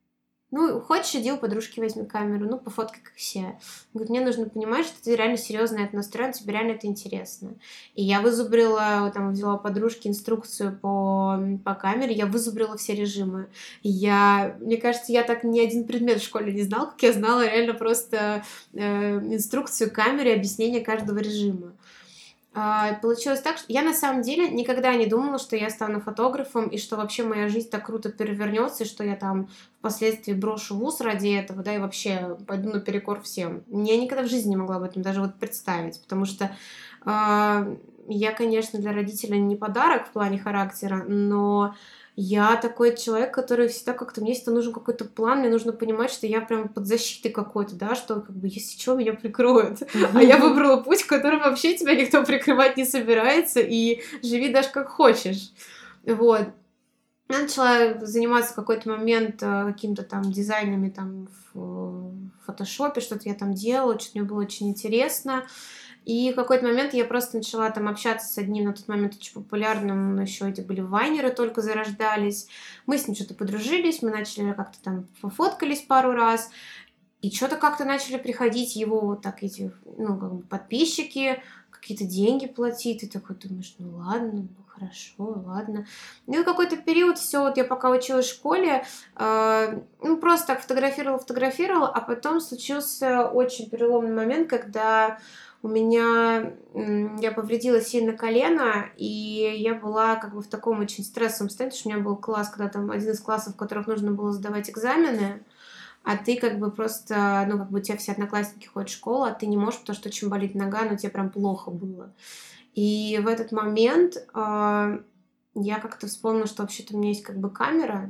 Ну, хочешь, иди у подружки возьми камеру, ну, пофоткай, как все. Он говорит, мне нужно понимать, что ты реально серьезно это настроен, тебе реально это интересно. И я вызубрила, там, взяла у подружки инструкцию по, по камере, я вызубрила все режимы. И я, мне кажется, я так ни один предмет в школе не знала, как я знала реально просто э, инструкцию к камере, объяснение каждого режима. А, Получилось так, что я на самом деле никогда не думала, что я стану фотографом, и что вообще моя жизнь так круто перевернется, и что я там впоследствии брошу вуз ради этого, да, и вообще пойду наперекор всем. Я никогда в жизни не могла об этом даже вот представить, потому что а, я, конечно, для родителей не подарок в плане характера, но я такой человек, который всегда как-то, мне всегда нужен какой-то план, мне нужно понимать, что я прям под защитой какой-то, да, что как бы если что, меня прикроют. А я выбрала путь, в котором вообще тебя никто прикрывать не собирается, и живи даже как хочешь. Вот. Я начала заниматься в какой-то момент э, каким-то там дизайнами там в в фотошопе, что-то я там делала, что-то мне было очень интересно. И в какой-то момент я просто начала там общаться с одним на тот момент очень популярным, еще эти были вайнеры, только зарождались. Мы с ним что-то подружились, мы начали как-то там пофоткались пару раз, и что-то как-то начали приходить его вот так эти, ну, как бы подписчики, какие-то деньги платить. Ты такой думаешь, ну ладно, ну хорошо, ладно. Ну и какой-то период, все, вот я пока училась в школе, э, ну просто так фотографировала, фотографировала, а потом случился очень переломный момент, когда у меня, м, я повредила сильно колено, и я была как бы в таком очень стрессовом состоянии, потому что у меня был класс, когда там один из классов, в которых нужно было сдавать экзамены, а ты как бы просто, ну, как бы у тебя все одноклассники ходят в школу, а ты не можешь, потому что очень болит нога, но тебе прям плохо было. И в этот момент э, я как-то вспомнила, что вообще-то у меня есть как бы камера.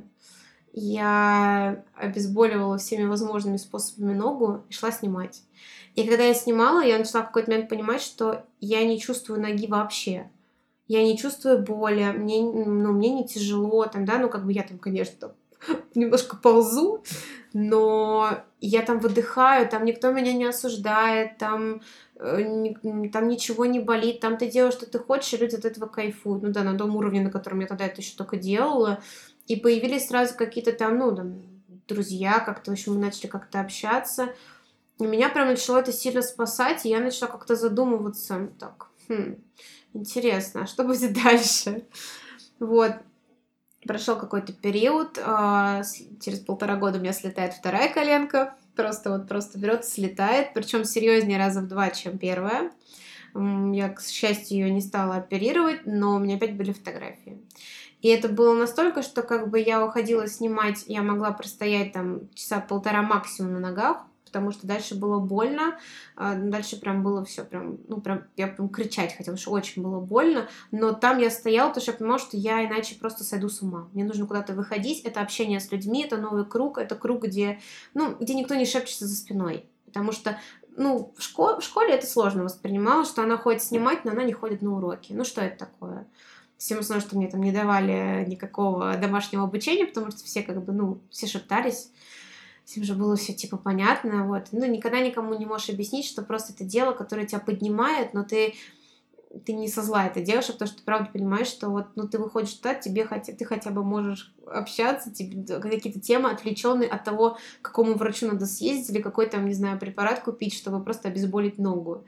Я обезболивала всеми возможными способами ногу и шла снимать. И когда я снимала, я начала в какой-то момент понимать, что я не чувствую ноги вообще. Я не чувствую боли, мне, ну, мне не тяжело, там, да, ну, как бы я там, конечно, там, немножко ползу, но я там выдыхаю, там никто меня не осуждает, там, э, ни- там ничего не болит, там ты делаешь, что ты хочешь, и люди от этого кайфуют. Ну да, на том уровне, на котором я тогда это еще только делала. И появились сразу какие-то там, ну, там, друзья, как-то, в общем, мы начали как-то общаться. И меня прям начало это сильно спасать, и я начала как-то задумываться, так, хм, интересно, а что будет дальше? Вот. Прошел какой-то период, а, с- через полтора года у меня слетает вторая коленка, просто вот просто берет, слетает, причем серьезнее раза в два, чем первая. М, Я, к счастью, ее не стала оперировать, но у меня опять были фотографии. И это было настолько, что как бы я уходила снимать, я могла простоять там часа полтора максимум на ногах, потому что дальше было больно, а, дальше прям было все прям, ну прям, я прям кричать хотела, потому что очень было больно, но там я стояла, потому что я понимала, что я иначе просто сойду с ума. Мне нужно куда-то выходить, это общение с людьми, это новый круг, это круг, где, ну, где никто не шепчется за спиной, потому что ну, в, школе, в школе это сложно воспринималось, что она ходит снимать, но она не ходит на уроки. Ну, что это такое? Всем основное, что мне там не давали никакого домашнего обучения, потому что все как бы, ну, все шептались. Всем же было все типа понятно, вот. Ну, никогда никому не можешь объяснить, что просто это дело, которое тебя поднимает, но ты, ты не со зла это делаешь, а потому что ты правда понимаешь, что вот, ну, ты выходишь туда, тебе хотя, ты хотя бы можешь общаться, тебе какие-то темы отвлеченные от того, к какому врачу надо съездить или какой там, не знаю, препарат купить, чтобы просто обезболить ногу.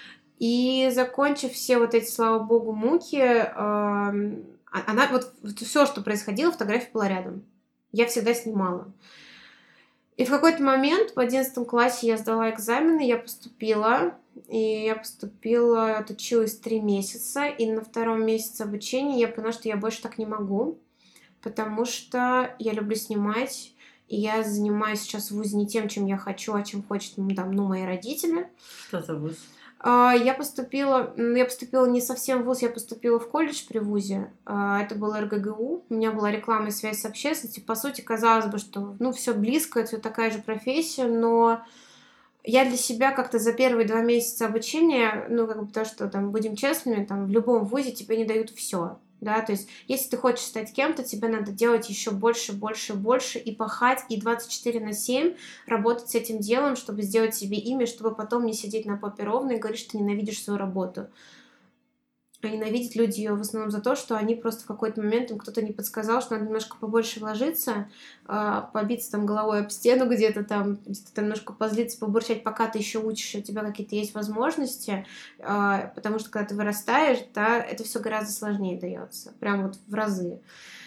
И закончив все вот эти, слава богу, муки, эм, а- она вот все, что происходило, фотография была рядом. Я всегда снимала. И в какой-то момент в одиннадцатом классе я сдала экзамены, я поступила. И я поступила, отучилась три месяца. И на втором месяце обучения я поняла, что я больше так не могу, потому что я люблю снимать. И я занимаюсь сейчас в вузе не тем, чем я хочу, а чем хочет, ну, там, ну, мои родители. Что за вуз? А, Я поступила, м, я поступила не совсем в вуз, я поступила в колледж при вузе. А, Это был эр гэ гэ у. У меня была реклама и связь с общественностью. По сути, казалось бы, что ну все близко, это такая же профессия, но я для себя как-то за первые два месяца обучения, ну, как бы то, что там, будем честными, там, в любом вузе тебе не дают все, да, то есть, если ты хочешь стать кем-то, тебе надо делать еще больше, больше, больше, и пахать, и двадцать четыре на семь работать с этим делом, чтобы сделать себе имя, чтобы потом не сидеть на попе ровно и говорить, что ты ненавидишь свою работу. А ненавидят люди ее в основном за то, что они просто в какой-то момент им кто-то не подсказал, что надо немножко побольше вложиться, а, побиться там головой об стену где-то там, где-то там немножко позлиться, побурчать, пока ты еще учишь, у тебя какие-то есть возможности, а, потому что когда ты вырастаешь, да, это все гораздо сложнее дается, прям вот в разы.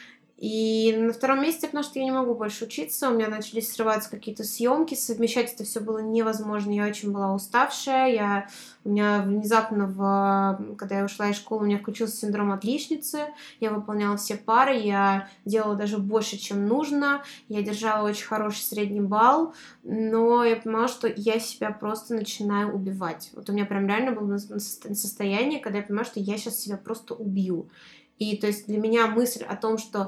И на втором месяце, потому что я не могу больше учиться, у меня начались срываться какие-то съемки, совмещать это все было невозможно, я очень была уставшая, я, у меня внезапно, в, когда я ушла из школы, у меня включился синдром отличницы, я выполняла все пары, я делала даже больше, чем нужно, я держала очень хороший средний балл, но я понимала, что я себя просто начинаю убивать. Вот у меня прям реально было состояние, когда я понимаю, что я сейчас себя просто убью. И то есть для меня мысль о том, что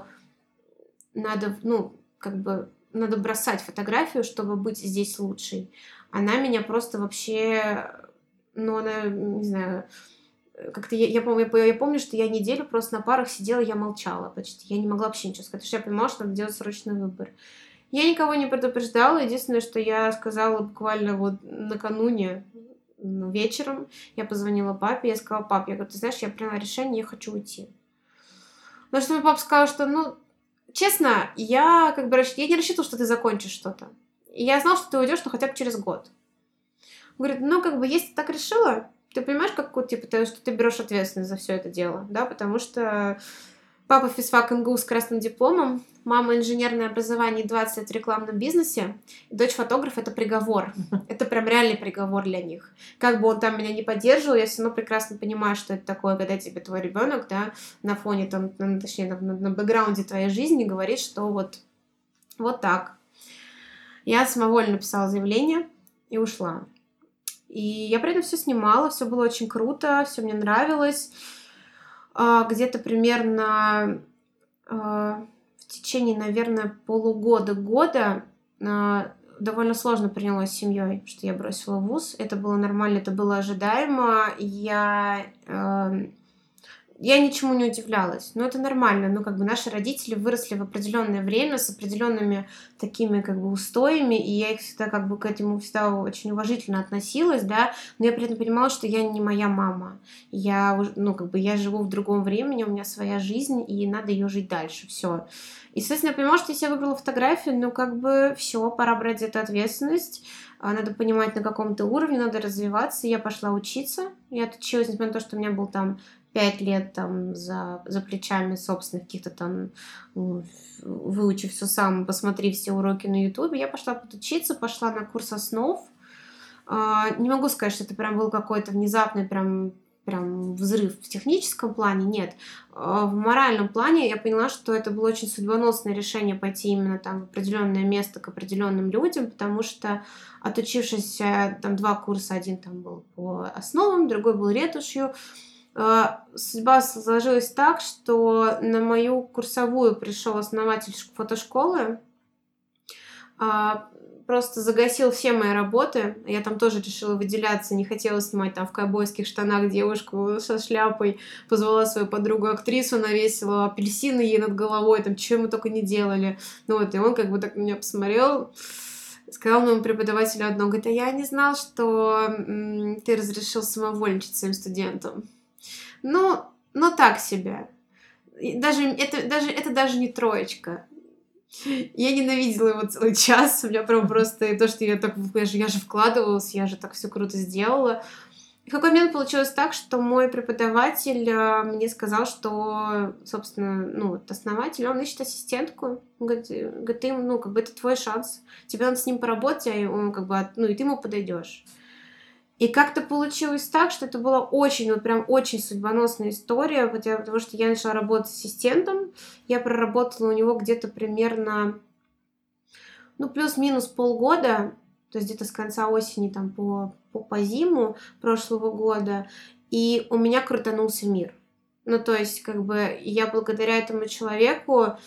надо, ну, как бы, надо бросать фотографию, чтобы быть здесь лучшей. Она меня просто вообще, ну, она, не знаю, как-то я, я, помню, я, я помню, что я неделю просто на парах сидела, я молчала почти. Я не могла вообще ничего сказать, потому что я понимала, что надо делать срочный выбор. Я никого не предупреждала. Единственное, что я сказала буквально вот накануне, ну, вечером, я позвонила папе, я сказала: пап, я говорю, ты знаешь, я приняла решение, я хочу уйти. Потому что мой папа сказал, что, ну, честно, я как бы я не рассчитывала, что ты закончишь что-то. И я знала, что ты уйдешь, ну, хотя бы через год. Он говорит, ну, как бы, если ты так решила, ты понимаешь, как, вот, типа, ты, что ты берешь ответственность за все это дело, да, потому что папа физфак эм гэ у с красным дипломом, мама инженерное образование, двадцать лет в рекламном бизнесе, и дочь фотограф — это приговор. Это прям реальный приговор для них. Как бы он там меня не поддерживал, я все равно прекрасно понимаю, что это такое, когда тебе твой ребенок, да, на фоне, там, на, точнее, на, на бэкграунде твоей жизни говорит, что вот, вот так. Я самовольно написала заявление и ушла. И я при этом все снимала, все было очень круто, все мне нравилось. Где-то примерно в течение, наверное, полугода-года довольно сложно принялось с семьей, что я бросила вуз. Это было нормально, это было ожидаемо. Я, э, я ничему не удивлялась. Но это нормально. Ну, как бы наши родители выросли в определенное время с определенными такими как бы устоями, и я их всегда как бы к этому всегда очень уважительно относилась, да, но я при этом понимала, что я не моя мама. Я, ну, как бы я живу в другом времени, у меня своя жизнь, и надо ее жить дальше. Все. И, соответственно, я понимала, что если я выбрала фотографию, ну, как бы все, пора брать за это ответственность. Надо понимать, на каком-то уровне, надо развиваться. Я пошла учиться. Я отучилась, несмотря на то, что у меня был там пять лет там за, за плечами собственных каких-то там, выучив все сам, посмотрев все уроки на ютубе, я пошла подучиться, пошла на курс основ. Не могу сказать, что это прям был какой-то внезапный прям, прям взрыв в техническом плане, нет. В моральном плане я поняла, что это было очень судьбоносное решение пойти именно там в определенное место к определенным людям, потому что, отучившись там два курса, один там был по основам, другой был ретушью, судьба сложилась так, что на мою курсовую пришел основатель фотошколы, просто загасил все мои работы. Я там тоже решила выделяться, не хотела снимать там в ковбойских штанах девушку со шляпой, позвала свою подругу-актрису, навесила апельсины ей над головой, там, что мы только не делали. Ну вот, и он как бы так на меня посмотрел, сказал моему преподавателю одно, говорит, а я не знал, что м- ты разрешил самовольничать своим студентам. Ну, ну так себе. Даже, это, даже, это даже не троечка. Я ненавидела его целый час. У меня прям просто то, что я так... Я же, я же вкладывалась, я же так все круто сделала. И в какой момент получилось так, что мой преподаватель мне сказал, что, собственно, ну, основатель, он ищет ассистентку. Он говорит, говорит, ты, ну, как бы это твой шанс. Тебе надо с ним поработать, а он как бы, ну, и ты ему подойдешь. И как-то получилось так, что это была очень, вот прям очень судьбоносная история, потому что я начала работать ассистентом, я проработала у него где-то примерно, ну, плюс-минус полгода, то есть где-то с конца осени там по, по, по зиму прошлого года, и у меня крутанулся мир. Ну, то есть, как бы, я благодаря этому человеку, э,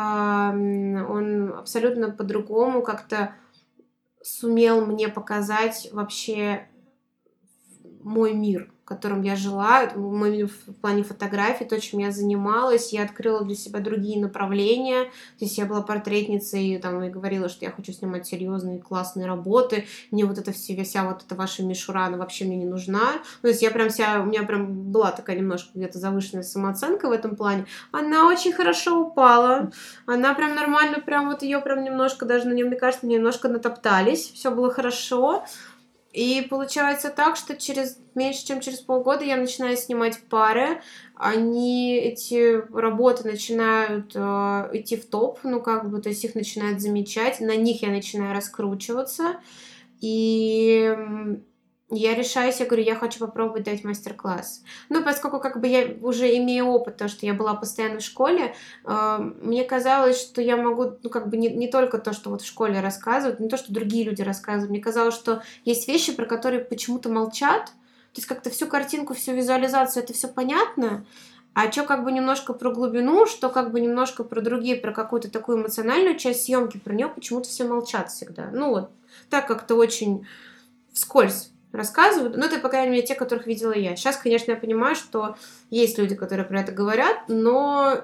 он абсолютно по-другому как-то сумел мне показать вообще мой мир, которым я жила, в плане фотографий, то, чем я занималась. Я открыла для себя другие направления. То есть я была портретницей, там, и говорила, что я хочу снимать серьезные, классные работы. Мне вот эта вся, вся вот эта ваша мишура, она вообще мне не нужна. То есть я прям вся, у меня прям была такая немножко где-то завышенная самооценка в этом плане. Она очень хорошо упала. Она прям нормально, прям вот ее прям немножко, даже на нее, мне кажется, немножко натоптались. Все было хорошо. И получается так, что через меньше, чем через полгода я начинаю снимать пары. Они, эти работы начинают э, идти в топ, ну как бы, то есть их начинают замечать, на них я начинаю раскручиваться. И я решаюсь, я говорю, я хочу попробовать дать мастер-класс. Ну, поскольку как бы я уже имею опыт, то, что я была постоянно в школе, э, мне казалось, что я могу, ну, как бы не, не только то, что вот в школе рассказывают, не то, что другие люди рассказывают. Мне казалось, что есть вещи, про которые почему-то молчат. То есть как-то всю картинку, всю визуализацию, это все понятно. А что как бы немножко про глубину, что как бы немножко про другие, про какую-то такую эмоциональную часть съемки, про нее почему-то все молчат всегда. Ну вот, так как-то очень вскользь рассказывают, ну, это, по крайней мере, те, которых видела я. Сейчас, конечно, я понимаю, что есть люди, которые про это говорят, но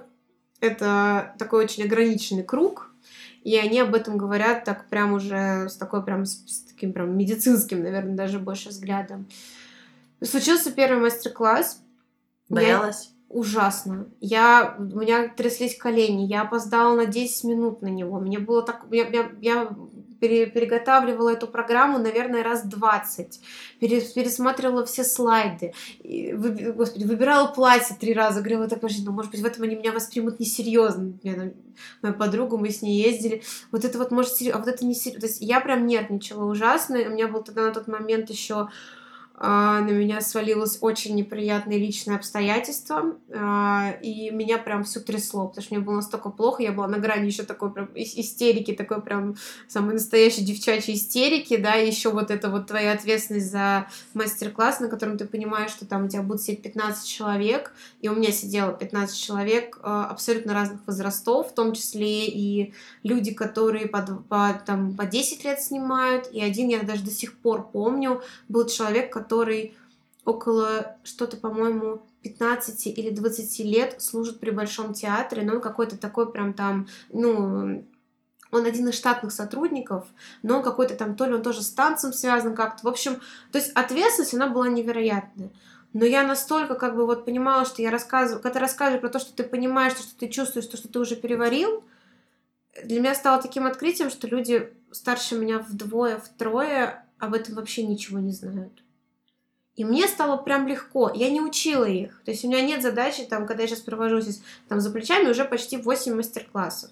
это такой очень ограниченный круг, и они об этом говорят так прям уже с такой прям, с, с таким прям медицинским, наверное, даже больше взглядом. Случился первый мастер-класс. Боялась? Я... Ужасно. Я... У меня тряслись колени, я опоздала на десять минут на него. Мне было так... Я, я, я переготавливала эту программу, наверное, раз двадцать. Пересматривала все слайды. Вы... Господи, выбирала платье три раза. Говорила, так, ну, может быть, в этом они меня воспримут несерьезно. Моя подруга, мы с ней ездили. Вот это вот, может, серьезно, а вот это не серьезно. То есть я прям нервничала ужасно. У меня был тогда на тот момент еще... Uh, на меня свалилось очень неприятные личные обстоятельства, uh, и меня прям всю трясло, потому что мне было настолько плохо, я была на грани еще такой прям истерики, такой прям самой настоящей девчачьей истерики, да, и еще вот это вот твоя ответственность за мастер-класс, на котором ты понимаешь, что там у тебя будет сидеть пятнадцать человек, и у меня сидело пятнадцать человек uh, абсолютно разных возрастов, в том числе и люди, которые по, по, там, по десять лет снимают, и один, я даже до сих пор помню, был человек, который который около что-то, по-моему, пятнадцати или двадцати лет служит при Большом театре, но он какой-то такой прям там, ну, он один из штатных сотрудников, но он какой-то там, то ли он тоже с танцем связан как-то, в общем, то есть ответственность, она была невероятная. Но я настолько как бы вот понимала, что я рассказываю, когда ты рассказываешь про то, что ты понимаешь, то, что ты чувствуешь, то, что ты уже переварил, для меня стало таким открытием, что люди старше меня вдвое, втрое об этом вообще ничего не знают. И мне стало прям легко. Я не учила их. То есть у меня нет задачи, там, когда я сейчас провожу здесь, там, за плечами уже почти восемь мастер-классов.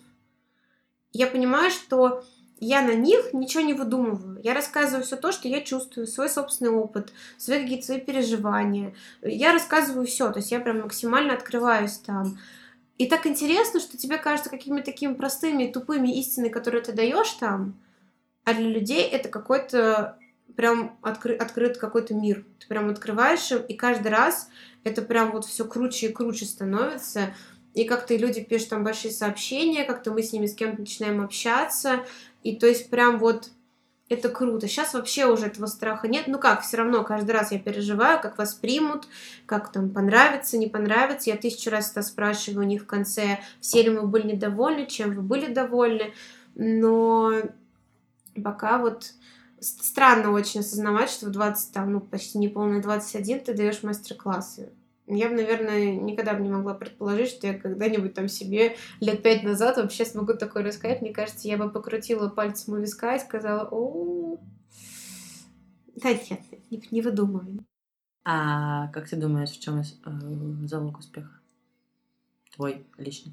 Я понимаю, что я на них ничего не выдумываю. Я рассказываю все то, что я чувствую, свой собственный опыт, свои какие-то свои переживания. Я рассказываю все. То есть я прям максимально открываюсь там. И так интересно, что тебе кажется какими-то такими простыми, тупыми истины, которые ты даешь там, а для людей это какой-то прям откры- открыт какой-то мир. Ты прям открываешь им, и каждый раз это прям вот все круче и круче становится. И как-то люди пишут там большие сообщения, как-то мы с ними с кем-то начинаем общаться. И то есть прям вот это круто. Сейчас вообще уже этого страха нет. Ну как, все равно каждый раз я переживаю, как воспримут, как там понравится, не понравится. Я тысячу раз это спрашиваю у них в конце, все ли мы были недовольны, чем вы были довольны. Но пока вот... Странно очень осознавать, что в двадцать, там, ну, почти неполные двадцать один ты даешь мастер-классы. Я бы, наверное, никогда бы не могла предположить, что я когда-нибудь там себе лет пять назад вообще смогу такое рассказать. Мне кажется, я бы покрутила пальцем у виска и сказала: о, да нет, не, не выдумывай. А как ты думаешь, в чем э, залог успеха? Твой личный?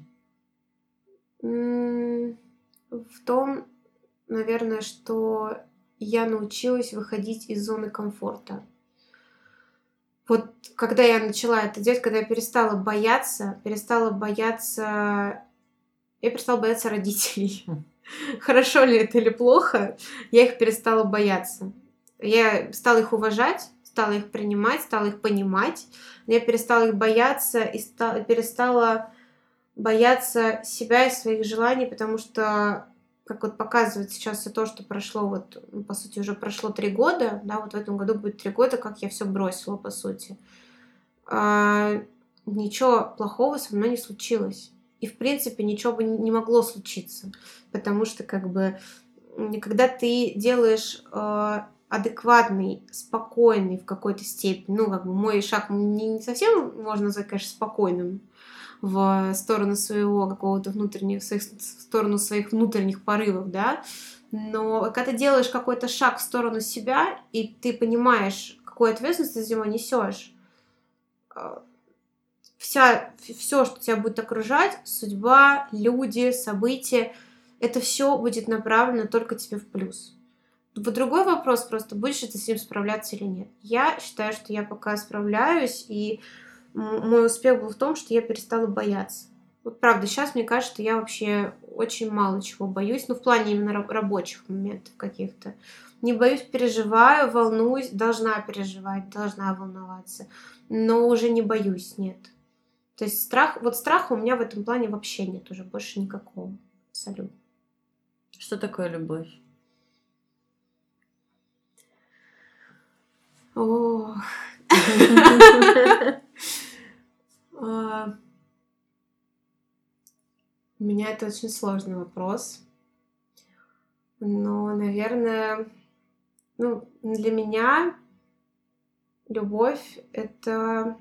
М-м- в том, наверное, что я научилась выходить из зоны комфорта. Вот когда я начала это делать, когда я перестала бояться, перестала бояться... Я перестала бояться родителей. Хорошо ли это или плохо, я их перестала бояться. Я стала их уважать, стала их принимать, стала их понимать. Я перестала их бояться и стала, перестала бояться себя и своих желаний, потому что как вот показывает сейчас все то, что прошло, вот, ну, по сути, уже прошло три года, да, вот в этом году будет три года, как я все бросила, по сути. А, ничего плохого со мной не случилось. И, в принципе, ничего бы не могло случиться. Потому что, как бы, когда ты делаешь э, адекватный, спокойный в какой-то степени, ну, как бы, мой шаг не, не совсем можно назвать, конечно, спокойным, в сторону своего какого-то внутреннего, в сторону своих внутренних порывов, да, но когда ты делаешь какой-то шаг в сторону себя, и ты понимаешь, какую ответственность ты за него несешь, вся, все, что тебя будет окружать, судьба, люди, события, это все будет направлено только тебе в плюс. Вот другой вопрос просто, будешь ли ты с ним справляться или нет. Я считаю, что я пока справляюсь, и мой успех был в том, что я перестала бояться. Вот правда, сейчас мне кажется, что я вообще очень мало чего боюсь, ну, в плане именно рабочих моментов каких-то. Не боюсь, переживаю, волнуюсь, должна переживать, должна волноваться, но уже не боюсь, нет. То есть страх, вот страха у меня в этом плане вообще нет уже, больше никакого. Абсолютно. Что такое любовь? Ох. У меня это очень сложный вопрос. Но, наверное, ну, для меня любовь — это...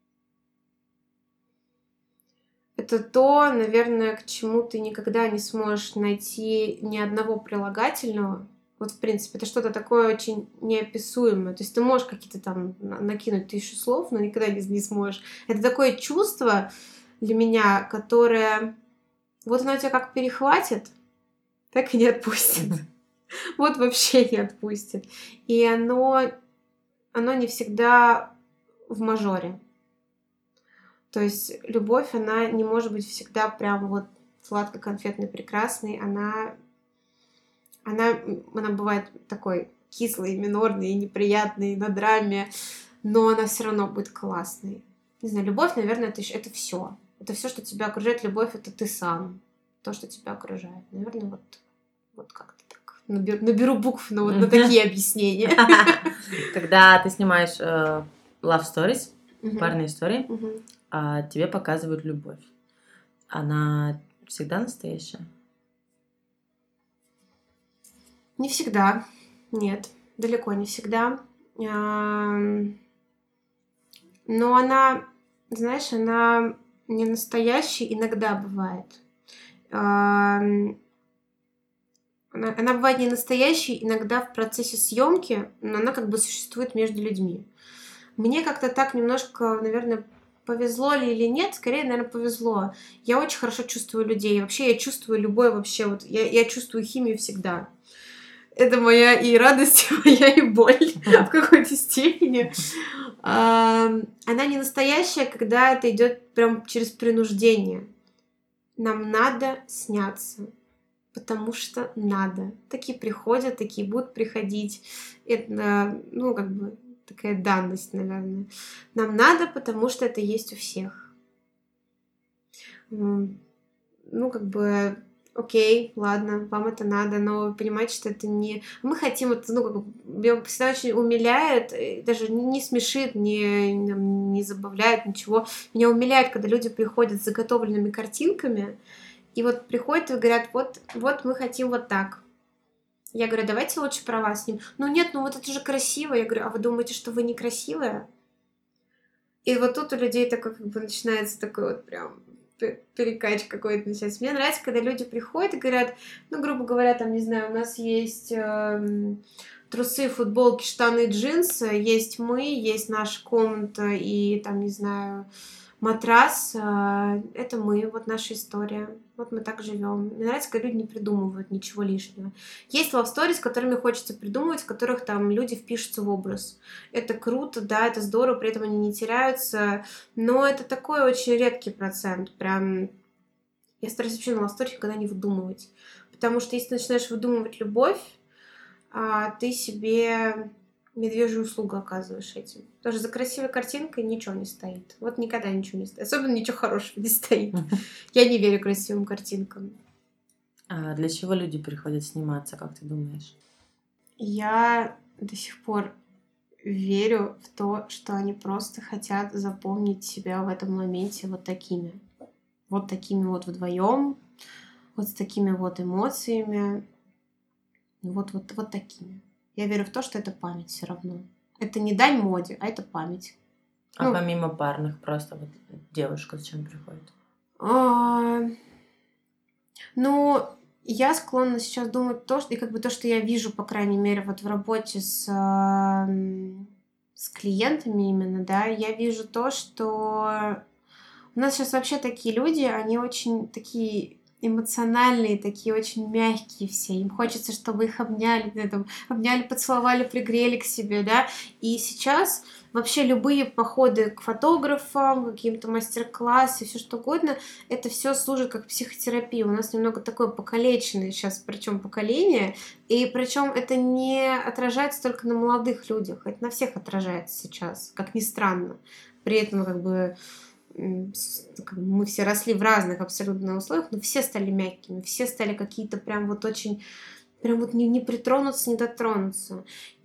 Это то, наверное, к чему ты никогда не сможешь найти ни одного прилагательного. Вот, в принципе, это что-то такое очень неописуемое. То есть ты можешь какие-то там накинуть тысячу слов, но никогда не, не сможешь. Это такое чувство для меня, которое... Вот оно тебя как перехватит, так и не отпустит. Вот вообще не отпустит. И оно, оно не всегда в мажоре. То есть любовь, она не может быть всегда прям вот сладко-конфетной, прекрасной. Она, она, она бывает такой кислой, минорной, неприятной, на драме, но она все равно будет классной. Не знаю, любовь, наверное, это, это все. Это все, что тебя окружает. Любовь — это ты сам. То, что тебя окружает. Наверное, вот, вот как-то так. Наберу, наберу букв на, вот, на такие объяснения. Когда ты снимаешь э, love stories, парные истории, а тебе показывают любовь. Она всегда настоящая? Не всегда. Нет, далеко не всегда. Но она, знаешь, она не настоящая иногда бывает. Она, она бывает не настоящей иногда в процессе съемки, но она как бы существует между людьми. Мне как-то так немножко, наверное, повезло ли или нет, скорее, наверное, повезло. Я очень хорошо чувствую людей. Вообще я чувствую любое вообще, вот я, я чувствую химию всегда. Это моя и радость, моя и боль в какой-то степени. Она не настоящая, когда это идет прям через принуждение. Нам надо сняться, потому что надо. Такие приходят, такие будут приходить. Это, ну, как бы такая данность, наверное. Нам надо, потому что это есть у всех. Ну, как бы, окей, ладно, вам это надо, но понимаете, что это не... Мы хотим это, ну, как бы, меня всегда очень умиляет, даже не, не смешит, не, не забавляет, ничего. Меня умиляет, когда люди приходят с заготовленными картинками, и вот приходят и говорят, вот, вот мы хотим вот так. Я говорю, давайте лучше про вас снимем. Ну нет, ну вот это же красиво. Я говорю, а вы думаете, что вы некрасивая? И вот тут у людей такой как бы начинается такой вот прям перекач какой-то начинается. Мне нравится, когда люди приходят и говорят, ну, грубо говоря, там, не знаю, у нас есть э, трусы, футболки, штаны, джинсы, есть мы, есть наша комната и там, не знаю, матрас. Э, это мы, вот наша история. Вот мы так живем. Мне нравится, когда люди не придумывают ничего лишнего. Есть love stories, с которыми хочется придумывать, в которых там люди впишутся в образ. Это круто, да, это здорово, при этом они не теряются, но это такой очень редкий процент. Прям я стараюсь вообще на love story никогда не выдумывать. Потому что если ты начинаешь выдумывать любовь, ты себе медвежью услугу оказываешь этим. Потому что за красивой картинкой ничего не стоит. Вот никогда ничего не стоит. Особенно ничего хорошего не стоит. Я не верю красивым картинкам. А для чего люди приходят сниматься, как ты думаешь? Я до сих пор верю в то, что они просто хотят запомнить себя в этом моменте вот такими. Вот такими вот вдвоем, вот с такими вот эмоциями, вот, вот, вот такими. Я верю в то, что это память все равно. Это не дань моде, а это память. А Ну, помимо парных, просто вот девушка зачем приходит? а, ну, я склонна сейчас думать то, что, и как бы то, что я вижу, по крайней мере, вот в работе с, а, м, с клиентами именно, да, я вижу то, что у нас сейчас вообще такие люди, они очень такие эмоциональные, такие очень мягкие все. Им хочется, чтобы их обняли, да, там, обняли, поцеловали, пригрели к себе, да. И сейчас вообще любые походы к фотографам, каким-то мастер-классы, все что угодно, это все служит как психотерапия. У нас немного такое покалеченное сейчас, причем поколение, и причем это не отражается только на молодых людях, это на всех отражается сейчас, как ни странно. При этом как бы м, с- как бы мы все росли в разных абсолютно условиях, но все стали мягкими, все стали какие-то прям вот очень, прям вот не, не притронуться, не дотронуться.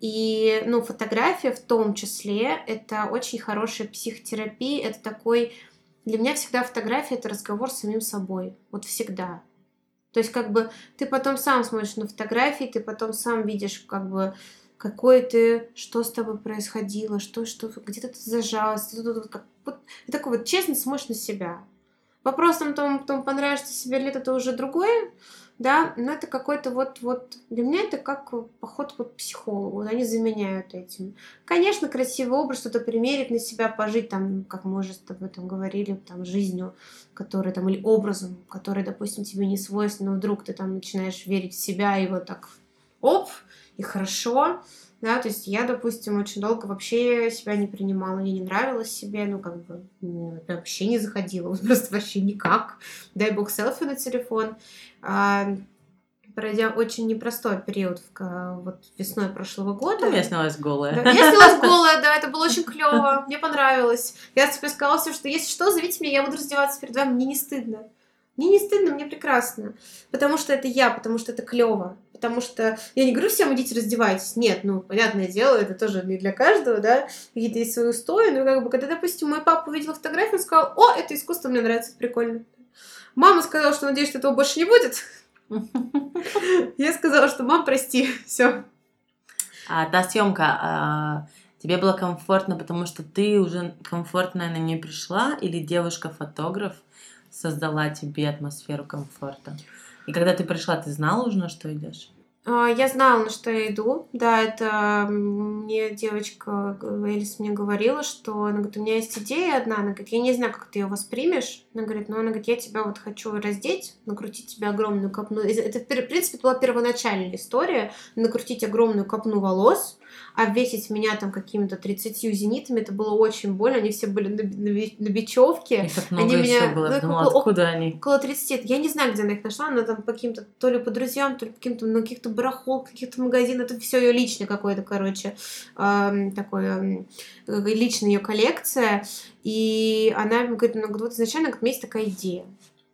И, ну, фотография в том числе, это очень хорошая психотерапия, это такой, для меня всегда фотография — это разговор с самим собой, вот всегда. То есть как бы ты потом сам смотришь на фотографии, ты потом сам видишь как бы какой ты, что с тобой происходило, что, что, где-то ты зажалась, ты тут вот как- вот, и такой вот честно смотришь на себя. Вопрос о том, том, понравишься себе или нет, это уже другое, да, но это какой-то вот, вот, для меня это как поход вот к психологу, вот они заменяют этим. Конечно, красивый образ, что-то примерить на себя, пожить там, как мы уже с тобой там говорили, там, жизнью, которая там, или образом, который, допустим, тебе не свойственно, но вдруг ты там начинаешь верить в себя, и вот так, оп, и хорошо, да, то есть я, допустим, очень долго вообще себя не принимала, мне не нравилось себе, ну, как бы, м, это вообще не заходило, вот просто вообще никак. Дай бог селфи на телефон. А, пройдя очень непростой период в ка- вот весной прошлого Там я года. снялась голая. Да, я снялась голая, да, это было очень клево, мне понравилось. Я себе сказала все, что если что, зовите меня, я буду раздеваться перед вами, мне не стыдно. Мне не стыдно, мне прекрасно. Потому что это я, потому что это клево. Потому что я не говорю всем, идите раздевайтесь. Нет, ну, понятное дело, это тоже не для каждого, да. Какие-то есть свои устои. Но как бы, когда, допустим, мой папа увидел фотографию, он сказал: о, это искусство, мне нравится, это прикольно. Мама сказала, что надеюсь, что этого больше не будет. Я сказала, что мам, прости, все. А та съемка, а, тебе было комфортно, потому что ты уже комфортно на ней пришла, или девушка-фотограф создала тебе атмосферу комфорта? И когда ты пришла, ты знала уже, на что идешь? А, Я знала, на что я иду. Да, это м, мне девочка г- Элис мне говорила, что она говорит, у меня есть идея одна. Она говорит, я не знаю, как ты ее воспримешь. Она говорит, но она говорит, я тебя вот хочу раздеть, накрутить тебе огромную копну. Из- Это, в пер- в принципе, была первоначальная история. Накрутить огромную копну волос, обвесить меня там какими-то тридцатью зенитами. Это было очень больно. Они все были на, на бе- на бечевке. Их так Они много еще меня было. ну, Я думала, около, откуда они? около тридцати. Я не знаю, где она их нашла. Она там по каким-то, то ли по друзьям, то ли по каким-то, на каких-то барахолках, каких-то магазинах. Это все ее личное какое-то, короче, эм, такое, эм, э, личная ее коллекция. И она говорит, ну, вот изначально говорит, у меня есть такая идея.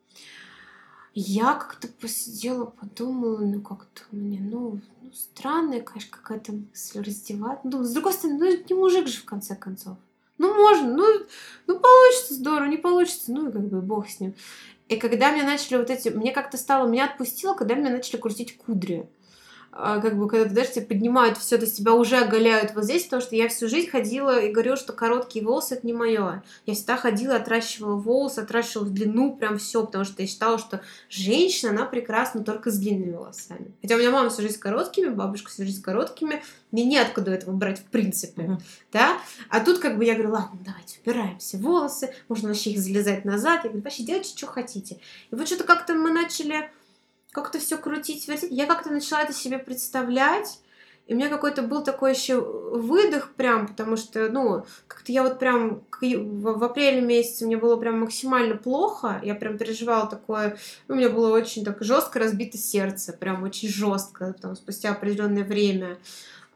Я как-то посидела, подумала, ну как-то мне, ну, ну странная, конечно, какая-то мысль раздевать. Ну, с другой стороны, ну это не мужик же в конце концов. Ну можно, ну, ну получится здорово, не получится, ну и как бы бог с ним. И когда мне начали вот эти, мне как-то стало, меня отпустило, когда меня начали крутить кудри. А, как бы, когда ты, знаешь, тебя поднимают все, то есть тебя уже оголяют вот здесь, потому что я всю жизнь ходила и говорила, что короткие волосы — это не мое. Я всегда ходила, отращивала волосы, отращивала в длину, прям все, потому что я считала, что женщина, она прекрасна только с длинными волосами. Хотя у меня мама всю жизнь с короткими, бабушка всю жизнь с короткими, мне неоткуда этого брать в принципе, Мгм. да. А тут как бы я говорю, ладно, давайте убираем все волосы, можно вообще их залезать назад. Я говорю, вообще делайте, что хотите. И вот что-то как-то мы начали как-то все крутить, вертеть. Я как-то начала это себе представлять, и у меня какой-то был такой еще выдох прям, потому что, ну, как-то я вот прям к ю- в, в апреле месяце мне было прям максимально плохо, я прям переживала такое, ну, у меня было очень так жестко разбито сердце, прям очень жестко, там, спустя определенное время.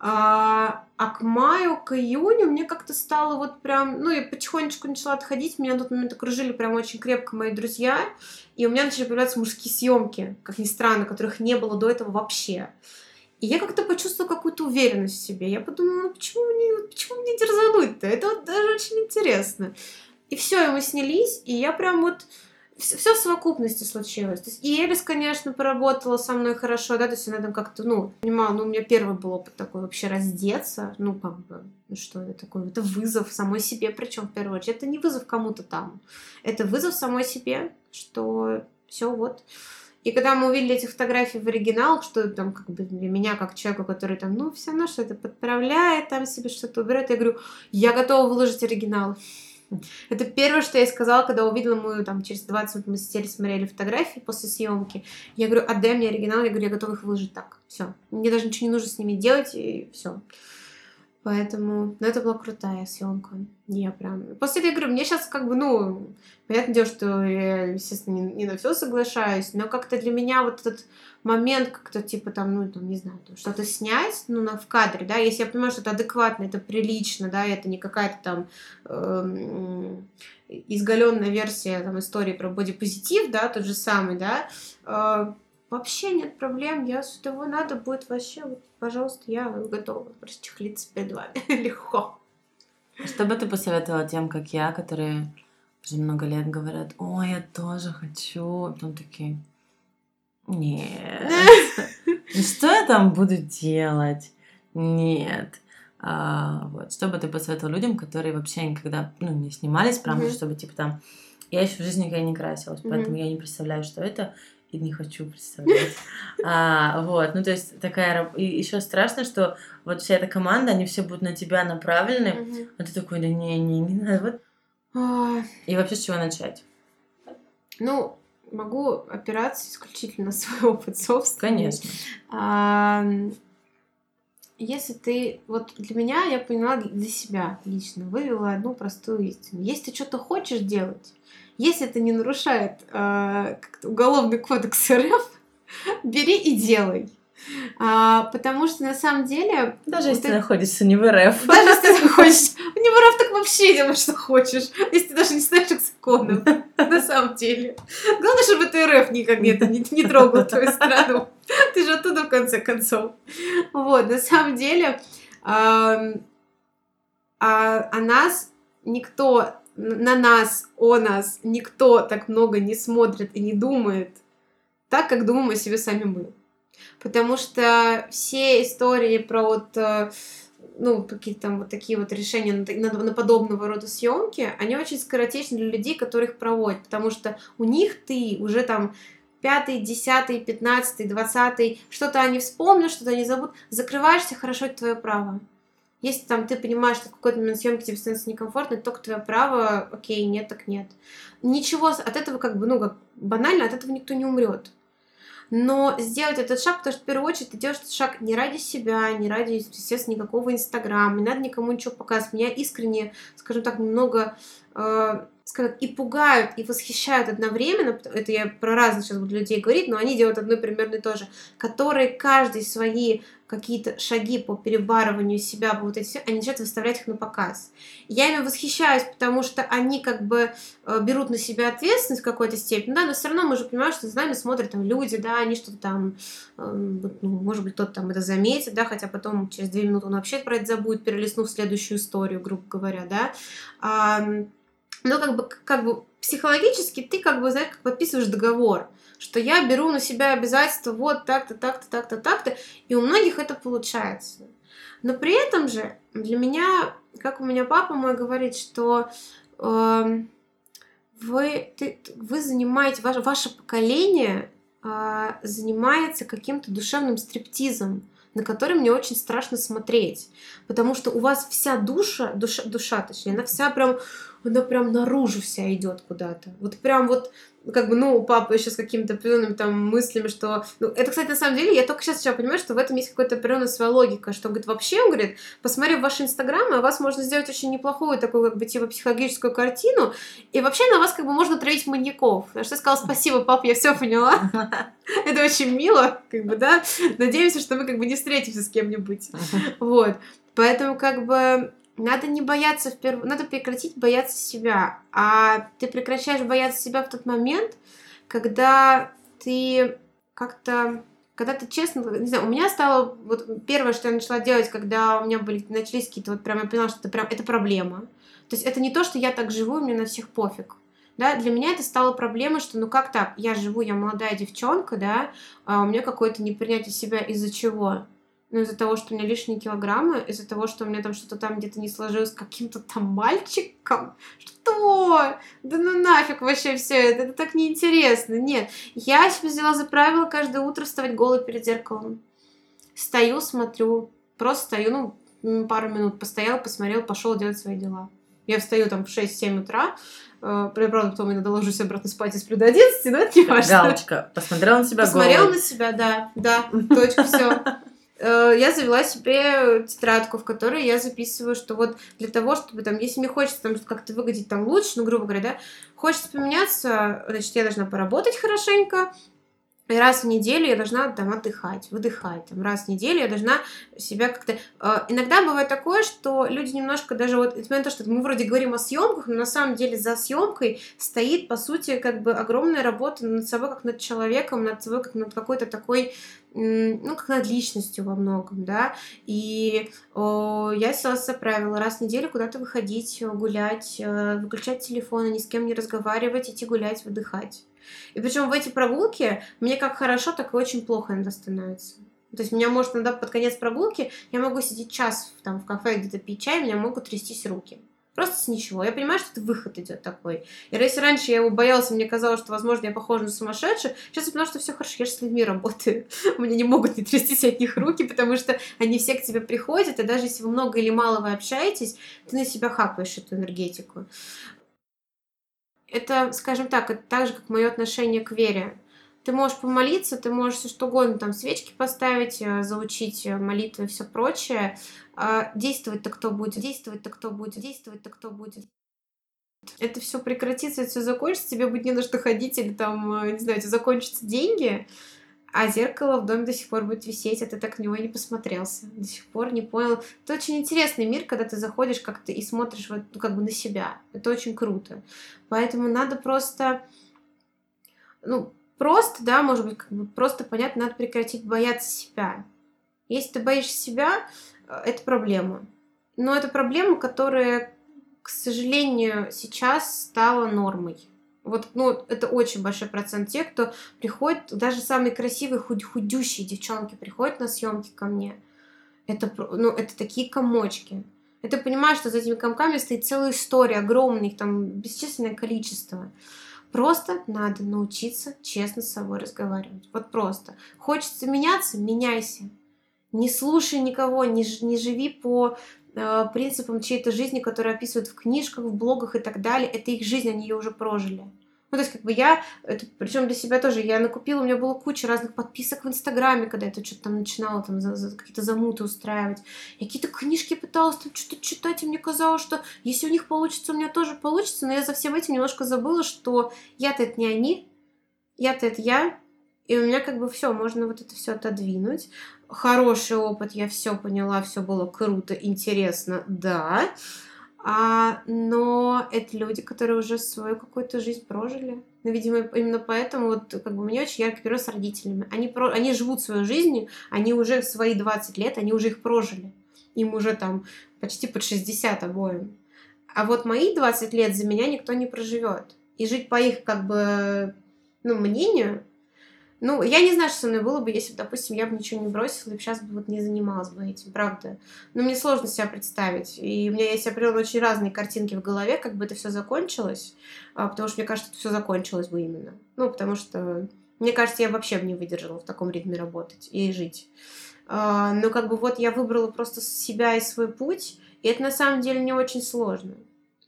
А, а к маю, к июню мне как-то стало вот прям... Ну, я потихонечку начала отходить, меня на тот момент окружили прям очень крепко мои друзья, и у меня начали появляться мужские съемки, как ни странно, которых не было до этого вообще. И я как-то почувствовала какую-то уверенность в себе. Я подумала, ну почему мне, почему мне дерзануть-то? Это вот даже очень интересно. И все, и мы снялись, и я прям вот... Все в совокупности случилось. То есть и Элис, конечно, поработала со мной хорошо, да, то есть она там как-то, ну, понимала, ну, у меня первый был опыт такой вообще раздеться, ну, как бы, ну, что это такое? Это вызов самой себе, причем в первую очередь. Это не вызов кому-то там, это вызов самой себе, что все вот. И когда мы увидели эти фотографии в оригиналах, что там как бы для меня, как человека, который там, ну, все равно что-то подправляет, там себе что-то убирает, я говорю, я готова выложить оригинал. Это первое, что я ей сказала, когда увидела мою, там, через двадцать минут мы сидели, смотрели фотографии после съемки. Я говорю, отдай мне оригинал, я говорю, я готова их выложить так. Все. Мне даже ничего не нужно с ними делать, и все. Поэтому, ну, это была крутая съемка. Я прям... После этого я говорю, мне сейчас как бы, ну, понятное дело, что я, естественно, не, не на все соглашаюсь, но как-то для меня вот этот момент как-то, типа, там, ну, там, не знаю, там, что-то снять, ну, на, в кадре, да, если я понимаю, что это адекватно, это прилично, да, это не какая-то там эм, изгаленная версия, там, истории про бодипозитив, да, тот же самый, да, э, вообще нет проблем, я с того надо будет вообще, вот, пожалуйста, я готова расчехлиться перед вами легко. Что бы ты посоветовала тем, как я, которые уже много лет говорят, ой, я тоже хочу, потом такие, нет, что я там буду делать? Нет. А, вот. Что бы ты посоветовала людям, которые вообще никогда, ну, не снимались, правда, Мгм. чтобы, типа, там, я еще в жизни никогда не красилась, поэтому Мгм. я не представляю, что это, и не хочу представлять. А, вот, ну, то есть, такая, раб- и еще страшно, что вот вся эта команда, они все будут на тебя направлены, Мгм. а ты такой, да не, не, не надо, вот. А, И вообще с чего начать? Ну, могу опираться исключительно на свой опыт собственный. Конечно. А, Если ты... Вот для меня, я поняла для себя лично, вывела одну простую истину. Если ты что-то хочешь делать, если это не нарушает а, как-то уголовный кодекс РФ, бери и делай. А, потому что на самом деле... Даже вот если ты это- находишься не в РФ. Даже если ты хочешь... Не воров, так вообще делай, что хочешь. Если ты даже не знаешь их законов. На самом деле. Главное, чтобы ты РФ никак не, не, не трогал твою страну. Ты же оттуда, в конце концов. Вот, на самом деле... ам, а, а нас никто... На нас, о нас никто так много не смотрит и не думает так, как думаем о себе сами мы. Потому что все истории про вот, э, ну, какие-то там вот такие вот решения на, на- на подобного рода съемки, они очень скоротечны для людей, которые их проводят. Потому что у них ты уже там пятый, десятый, пятнадцатый, двадцатый, что-то они вспомнят, что-то они забудут, закрываешься, хорошо, это твое право. Если там ты понимаешь, что в какой-то момент съемки тебе становится некомфортно, это только твое право, окей, нет, так нет. Ничего от этого как бы, ну, как банально, от этого никто не умрет. Но сделать этот шаг, потому что в первую очередь ты делаешь этот шаг не ради себя, не ради, естественно, никакого Инстаграма, не надо никому ничего показывать. Меня искренне, скажем так, немного э, скажем, и пугают, и восхищают одновременно, это я про разных сейчас буду людей говорить, но они делают одно примерно то же, которые каждый свои какие-то шаги по перебарыванию себя, по вот эти все, они начинают выставлять их на показ. Я ими восхищаюсь, потому что они как бы э, берут на себя ответственность в какой-то степени, да, но все равно мы же понимаем, что за нами смотрят там люди, да, они что-то там, э, ну, может быть, кто-то там это заметит, да, хотя потом через две минуты он вообще про это забудет, перелистнув следующую историю, грубо говоря, да. А, но как бы, как бы психологически ты как бы, знаешь, как подписываешь договор, что я беру на себя обязательства вот так-то, так-то, так-то, так-то, и у многих это получается. Но при этом же для меня, как у меня папа мой говорит, что э, вы, ты, вы занимаете, ваше, ваше поколение э, занимается каким-то душевным стриптизом, на который мне очень страшно смотреть, потому что у вас вся душа, душа, душа точнее, она вся прям она прям наружу вся идет куда-то. Вот прям вот, как бы, ну, папа еще с какими-то определенными там мыслями, что... Ну, это, кстати, на самом деле, я только сейчас начала понимать, что в этом есть какая-то определенная своя логика, что, говорит, вообще, он говорит, посмотрев ваши инстаграмы, у вас можно сделать очень неплохую такую, как бы, типа, психологическую картину, и вообще на вас, как бы, можно травить маньяков. На что я сказала, спасибо, пап, я все поняла. Это очень мило, как бы, да. Надеемся, что мы, как бы, не встретимся с кем-нибудь. Вот. Поэтому, как бы... Надо не бояться, вперв... надо прекратить бояться себя. А ты прекращаешь бояться себя в тот момент, когда ты как-то, когда ты честно, не знаю, у меня стало, вот первое, что я начала делать, когда у меня были, начались какие-то, вот прям я поняла, что это прям, это проблема. То есть это не то, что я так живу, мне на всех пофиг. Да, для меня это стало проблемой, что ну как так, я живу, я молодая девчонка, да, а у меня какое-то непринятие себя из-за чего? Ну, из-за того, что у меня лишние килограммы, из-за того, что у меня там что-то там где-то не сложилось с каким-то там мальчиком. Что? Да ну нафиг вообще все это, это так неинтересно. Нет, я себе взяла за правило каждое утро вставать голой перед зеркалом. Стою, смотрю, просто стою, ну, пару минут постоял, посмотрел, пошел делать свои дела. Я встаю там в шесть-семь утра, э, правда, потом иногда ложусь обратно спать и сплю до одиннадцати, но это не важно. Галочка, посмотрела на себя голой. Посмотрела на себя, да, да, точка, все. Я завела себе тетрадку, в которой я записываю, что вот для того, чтобы там, если мне хочется там как-то выглядеть там лучше, ну, грубо говоря, да, хочется поменяться, значит, я должна поработать хорошенько, и раз в неделю я должна там отдыхать, выдыхать. Там, раз в неделю я должна себя как-то... Э, иногда бывает такое, что люди немножко даже вот... Несмотря на то, что мы вроде говорим о съемках, но на самом деле за съемкой стоит, по сути, как бы огромная работа над собой, как над человеком, над собой, как над какой-то такой... ну, как над личностью во многом, да, и о, я села за правило раз в неделю куда-то выходить, гулять, выключать телефон, ни с кем не разговаривать, идти гулять, выдыхать. И причем в эти прогулки мне как хорошо, так и очень плохо иногда становится. То есть меня может иногда под конец прогулки, я могу сидеть час там, в кафе где-то пить чай, у меня могут трястись руки. Просто с ничего. Я понимаю, что это выход идет такой. И если раньше я его боялась, мне казалось, что, возможно, я похожа на сумасшедшую, сейчас я понимаю, что все хорошо, я же с людьми работаю. Мне не могут не трястись от них руки, потому что они все к тебе приходят, и даже если вы много или мало вы общаетесь, ты на себя хапаешь эту энергетику. Это, скажем так, это так же, как мое отношение к вере. Ты можешь помолиться, ты можешь все что угодно, там, свечки поставить, заучить молитвы и все прочее. А действовать-то кто будет? Действовать-то кто будет? Действовать-то кто будет? Это все прекратится, это все закончится, тебе будет не на что ходить, или там, не знаю, у тебя закончатся деньги, а зеркало в доме до сих пор будет висеть, а ты так в него и не посмотрелся. До сих пор не понял. Это очень интересный мир, когда ты заходишь как-то и смотришь вот, ну, как бы на себя. Это очень круто. Поэтому надо просто... Ну, просто, да, может быть, как бы просто понятно, надо прекратить бояться себя. Если ты боишься себя, это проблема. Но это проблема, которая, к сожалению, сейчас стала нормой. Вот, ну, это очень большой процент тех, кто приходит, даже самые красивые, худ- худющие девчонки приходят на съемки ко мне. Это, ну, это такие комочки. И ты понимаешь, что за этими комками стоит целая история, огромная, их там бесчисленное количество. Просто надо научиться честно с собой разговаривать. Вот просто. Хочется меняться — меняйся. Не слушай никого, не, не живи по э, принципам чьей-то жизни, которые описывают в книжках, в блогах и так далее. Это их жизнь, они ее уже прожили. Ну, то есть, как бы я, это, причем для себя тоже, я накупила, у меня была куча разных подписок в Инстаграме, когда я это что-то там начинала, там, за, за какие-то замуты устраивать. Я какие-то книжки пыталась там что-то читать, и мне казалось, что если у них получится, у меня тоже получится, но я за всем этим немножко забыла, что я-то это не они, я-то это я, и у меня как бы все, можно вот это все отодвинуть. Хороший опыт, я все поняла, все было круто, интересно, да. А, но это люди, которые уже свою какую-то жизнь прожили. Ну, видимо, именно поэтому вот как бы у меня очень яркий пример с родителями. Они, про, они живут свою жизнь, они уже в свои двадцать лет, они уже их прожили. Им уже там почти под шестьдесят обоим. А вот мои двадцать лет за меня никто не проживет. И жить по их как бы, ну, мнению... Ну, я не знаю, что со мной было бы, если бы, допустим, я бы ничего не бросила и сейчас бы вот не занималась бы этим, правда. Но мне сложно себя представить. И у меня есть определенно очень разные картинки в голове, как бы это все закончилось, потому что мне кажется, это все закончилось бы именно. Ну, потому что, мне кажется, я вообще бы не выдержала в таком ритме работать и жить. Но как бы вот я выбрала просто себя и свой путь, и это на самом деле не очень сложно.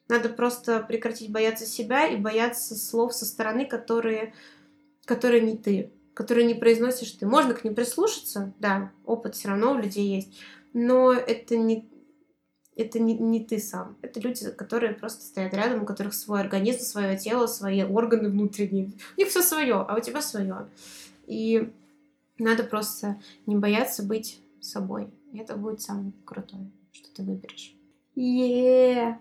Надо просто прекратить бояться себя и бояться слов со стороны, которые, которые не ты, которые не произносишь ты. Можно к ним прислушаться, да, опыт все равно у людей есть, но это не, это не, не ты сам. Это люди, которые просто стоят рядом, у которых свой организм, свое тело, свои органы внутренние. У них все свое, а у тебя свое. И надо просто не бояться быть собой. И это будет самое крутое, что ты выберешь. Е